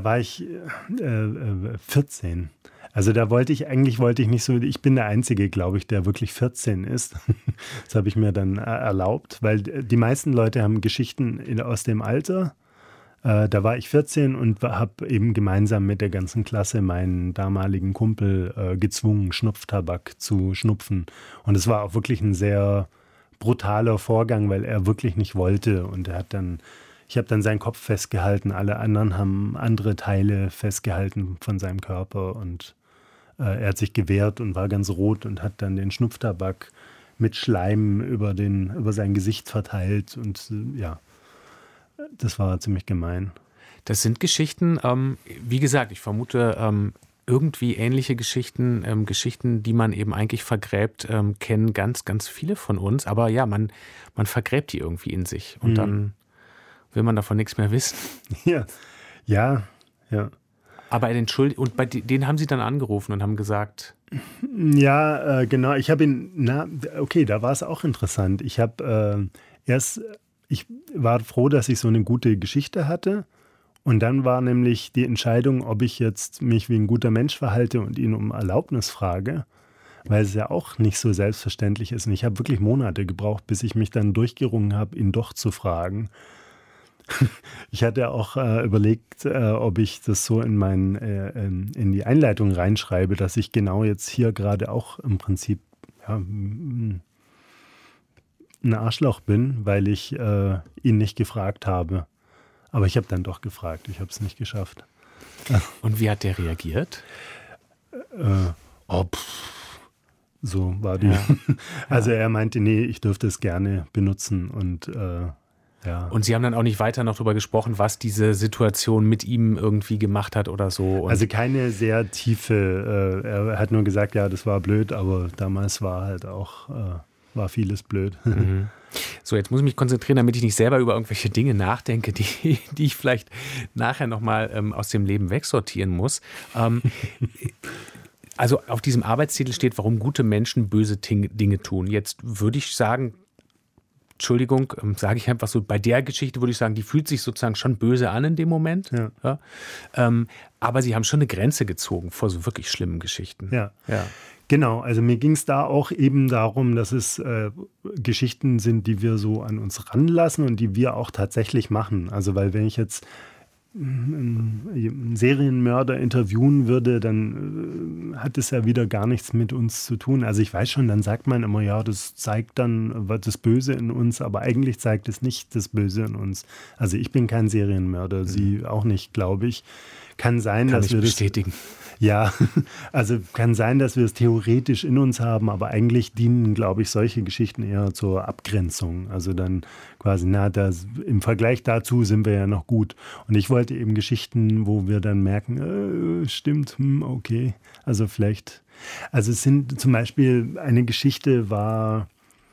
14. Also da wollte ich nicht so, ich bin der Einzige, glaube ich, der wirklich 14 ist. Das habe ich mir dann erlaubt, weil die meisten Leute haben Geschichten aus dem Alter. Da war ich 14 und habe eben gemeinsam mit der ganzen Klasse meinen damaligen Kumpel gezwungen, Schnupftabak zu schnupfen. Und es war auch wirklich ein sehr brutaler Vorgang, weil er wirklich nicht wollte. Und ich habe dann seinen Kopf festgehalten, alle anderen haben andere Teile festgehalten von seinem Körper. Und er hat sich gewehrt und war ganz rot und hat dann den Schnupftabak mit Schleim über sein Gesicht verteilt. Und ja, das war ziemlich gemein. Das sind Geschichten, wie gesagt, ich vermute, irgendwie ähnliche Geschichten, Geschichten, die man eben eigentlich vergräbt, kennen ganz, ganz viele von uns. Aber ja, man vergräbt die irgendwie in sich und dann will man davon nichts mehr wissen. Ja. Aber und bei denen haben Sie dann angerufen und haben gesagt... Ja, genau. Ich habe da war es auch interessant. Ich war froh, dass ich so eine gute Geschichte hatte. Und dann war nämlich die Entscheidung, ob ich jetzt mich wie ein guter Mensch verhalte und ihn um Erlaubnis frage, weil es ja auch nicht so selbstverständlich ist. Und ich habe wirklich Monate gebraucht, bis ich mich dann durchgerungen habe, ihn doch zu fragen. Ich hatte auch überlegt, ob ich das so in die Einleitung reinschreibe, dass ich genau jetzt hier gerade auch im Prinzip ein Arschloch bin, weil ich ihn nicht gefragt habe. Aber ich habe dann doch gefragt, ich habe es nicht geschafft. Und wie hat der reagiert? So war die. Ja. Also er meinte, nee, ich dürfte es gerne benutzen und ja. Und Sie haben dann auch nicht weiter noch darüber gesprochen, was diese Situation mit ihm irgendwie gemacht hat oder so? Also keine sehr tiefe, er hat nur gesagt, ja, das war blöd, aber damals war halt auch, war vieles blöd. Mhm. So, jetzt muss ich mich konzentrieren, damit ich nicht selber über irgendwelche Dinge nachdenke, die ich vielleicht nachher nochmal aus dem Leben wegsortieren muss. Also auf diesem Arbeitstitel steht, warum gute Menschen böse Dinge tun. Jetzt würde ich sagen, Entschuldigung, sage ich einfach so, bei der Geschichte würde ich sagen, die fühlt sich sozusagen schon böse an in dem Moment. Ja. Aber Sie haben schon eine Grenze gezogen vor so wirklich schlimmen Geschichten. Ja. Genau, also mir ging es da auch eben darum, dass es Geschichten sind, die wir so an uns ranlassen und die wir auch tatsächlich machen. Also weil wenn ich jetzt einen Serienmörder interviewen würde, dann hat es ja wieder gar nichts mit uns zu tun. Also ich weiß schon, dann sagt man immer, ja, das zeigt dann das Böse in uns, aber eigentlich zeigt es nicht das Böse in uns. Also ich bin kein Serienmörder, Sie auch nicht, glaube ich. Kann sein, dass wir das bestätigen. Ja, also kann sein, dass wir es theoretisch in uns haben, aber eigentlich dienen, glaube ich, solche Geschichten eher zur Abgrenzung. Also dann quasi, im Vergleich dazu sind wir ja noch gut. Und ich wollte eben Geschichten, wo wir dann merken, stimmt, okay. Also vielleicht, also es sind zum Beispiel, eine Geschichte war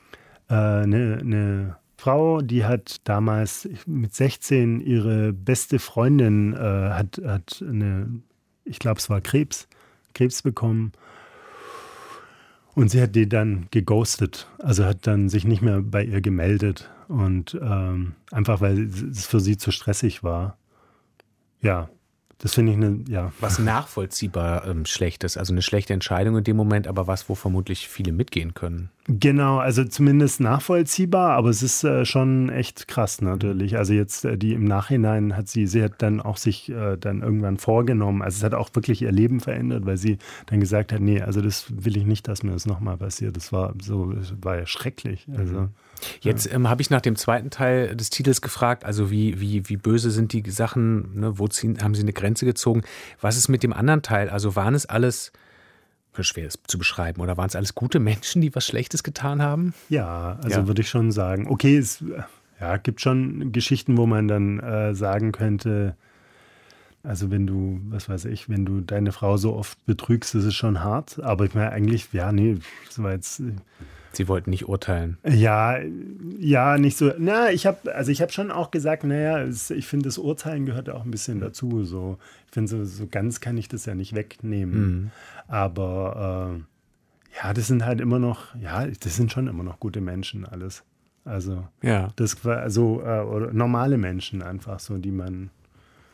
eine Frau, die hat damals mit 16 ihre beste Freundin hat ich glaube, es war Krebs bekommen. Und sie hat die dann geghostet. Also hat dann sich nicht mehr bei ihr gemeldet. Und einfach, weil es für sie zu stressig war. Ja, das finde ich was nachvollziehbar Schlechtes. Also eine schlechte Entscheidung in dem Moment, aber was, wo vermutlich viele mitgehen können. Genau, also zumindest nachvollziehbar, aber es ist schon echt krass natürlich. Also jetzt die im Nachhinein sie hat dann auch sich dann irgendwann vorgenommen, also es hat auch wirklich ihr Leben verändert, weil sie dann gesagt hat, nee, also das will ich nicht, dass mir das nochmal passiert. Das war ja schrecklich. Also, jetzt habe ich nach dem zweiten Teil des Titels gefragt, also wie böse sind die Sachen, ne, haben Sie eine Grenze gezogen? Was ist mit dem anderen Teil? Also waren es alles, schwer es zu beschreiben, oder waren es alles gute Menschen, die was Schlechtes getan haben? Ja, also würde ich schon sagen. Okay, es gibt schon Geschichten, wo man dann sagen könnte, also wenn du, wenn du deine Frau so oft betrügst, ist es schon hart. Aber ich meine eigentlich, das war jetzt... Sie wollten nicht urteilen. Ja, nicht so. Ich habe schon auch gesagt, ich finde, das Urteilen gehört auch ein bisschen dazu. So. Ich finde, so ganz kann ich das ja nicht wegnehmen. Mhm. Aber das sind halt immer noch, das sind schon immer noch gute Menschen alles. Also das war oder normale Menschen einfach so, die man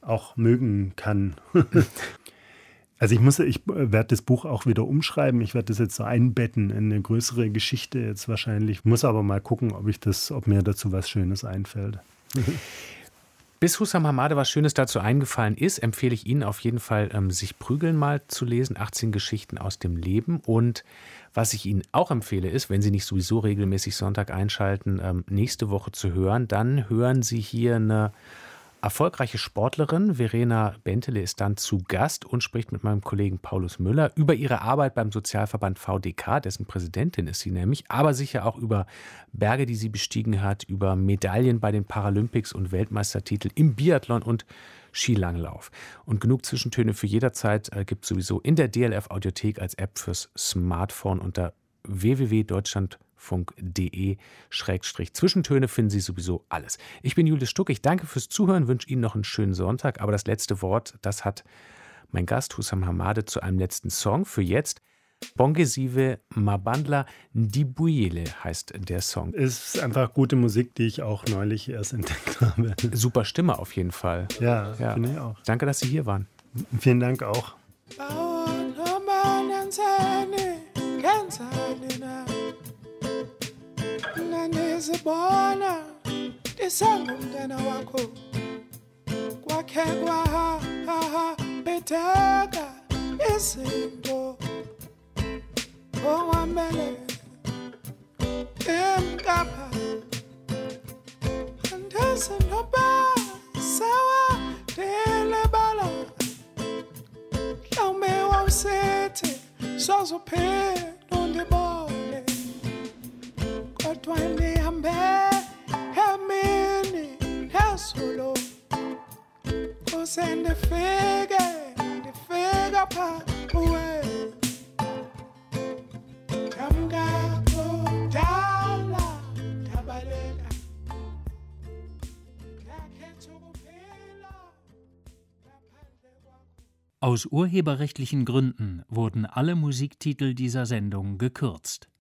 auch mögen kann. Also ich werde das Buch auch wieder umschreiben. Ich werde das jetzt so einbetten in eine größere Geschichte jetzt wahrscheinlich. Muss aber mal gucken, ob mir dazu was Schönes einfällt. Bis Hussam Hamade was Schönes dazu eingefallen ist, empfehle ich Ihnen auf jeden Fall, sich Prügeln mal zu lesen, 18 Geschichten aus dem Leben. Und was ich Ihnen auch empfehle ist, wenn Sie nicht sowieso regelmäßig Sonntag einschalten, nächste Woche zu hören, dann hören Sie hier eine erfolgreiche Sportlerin. Verena Bentele ist dann zu Gast und spricht mit meinem Kollegen Paulus Müller über ihre Arbeit beim Sozialverband VDK, dessen Präsidentin ist sie nämlich, aber sicher auch über Berge, die sie bestiegen hat, über Medaillen bei den Paralympics und Weltmeistertitel im Biathlon und Skilanglauf. Und genug Zwischentöne für jederzeit gibt es sowieso in der DLF Audiothek als App fürs Smartphone unter www.deutschlandfunk.de/Zwischentöne finden Sie sowieso alles. Ich bin Julius Stuck, ich danke fürs Zuhören, wünsche Ihnen noch einen schönen Sonntag, aber das letzte Wort, das hat mein Gast Hussam Hamade zu einem letzten Song. Für jetzt Bongesive Mabandla Ndibuyele heißt der Song. Es ist einfach gute Musik, die ich auch neulich erst entdeckt habe. Super Stimme auf jeden Fall. Ja. Finde ich auch. Danke, dass Sie hier waren. Vielen Dank auch. Nanizibona ndisangumntana wakho kwakhe kwahabetheka izinto ongwamele emkapha andizinoba sawa ndelebala mhlawumbe wawusithi sozophela undibone kodwa ndihambe emini nezulu kuze ndifika pha kuwe damngako dala dabaleka ngakhetha ukuphila ngaphandle kwakho. Aus urheberrechtlichen Gründen wurden alle Musiktitel dieser Sendung gekürzt.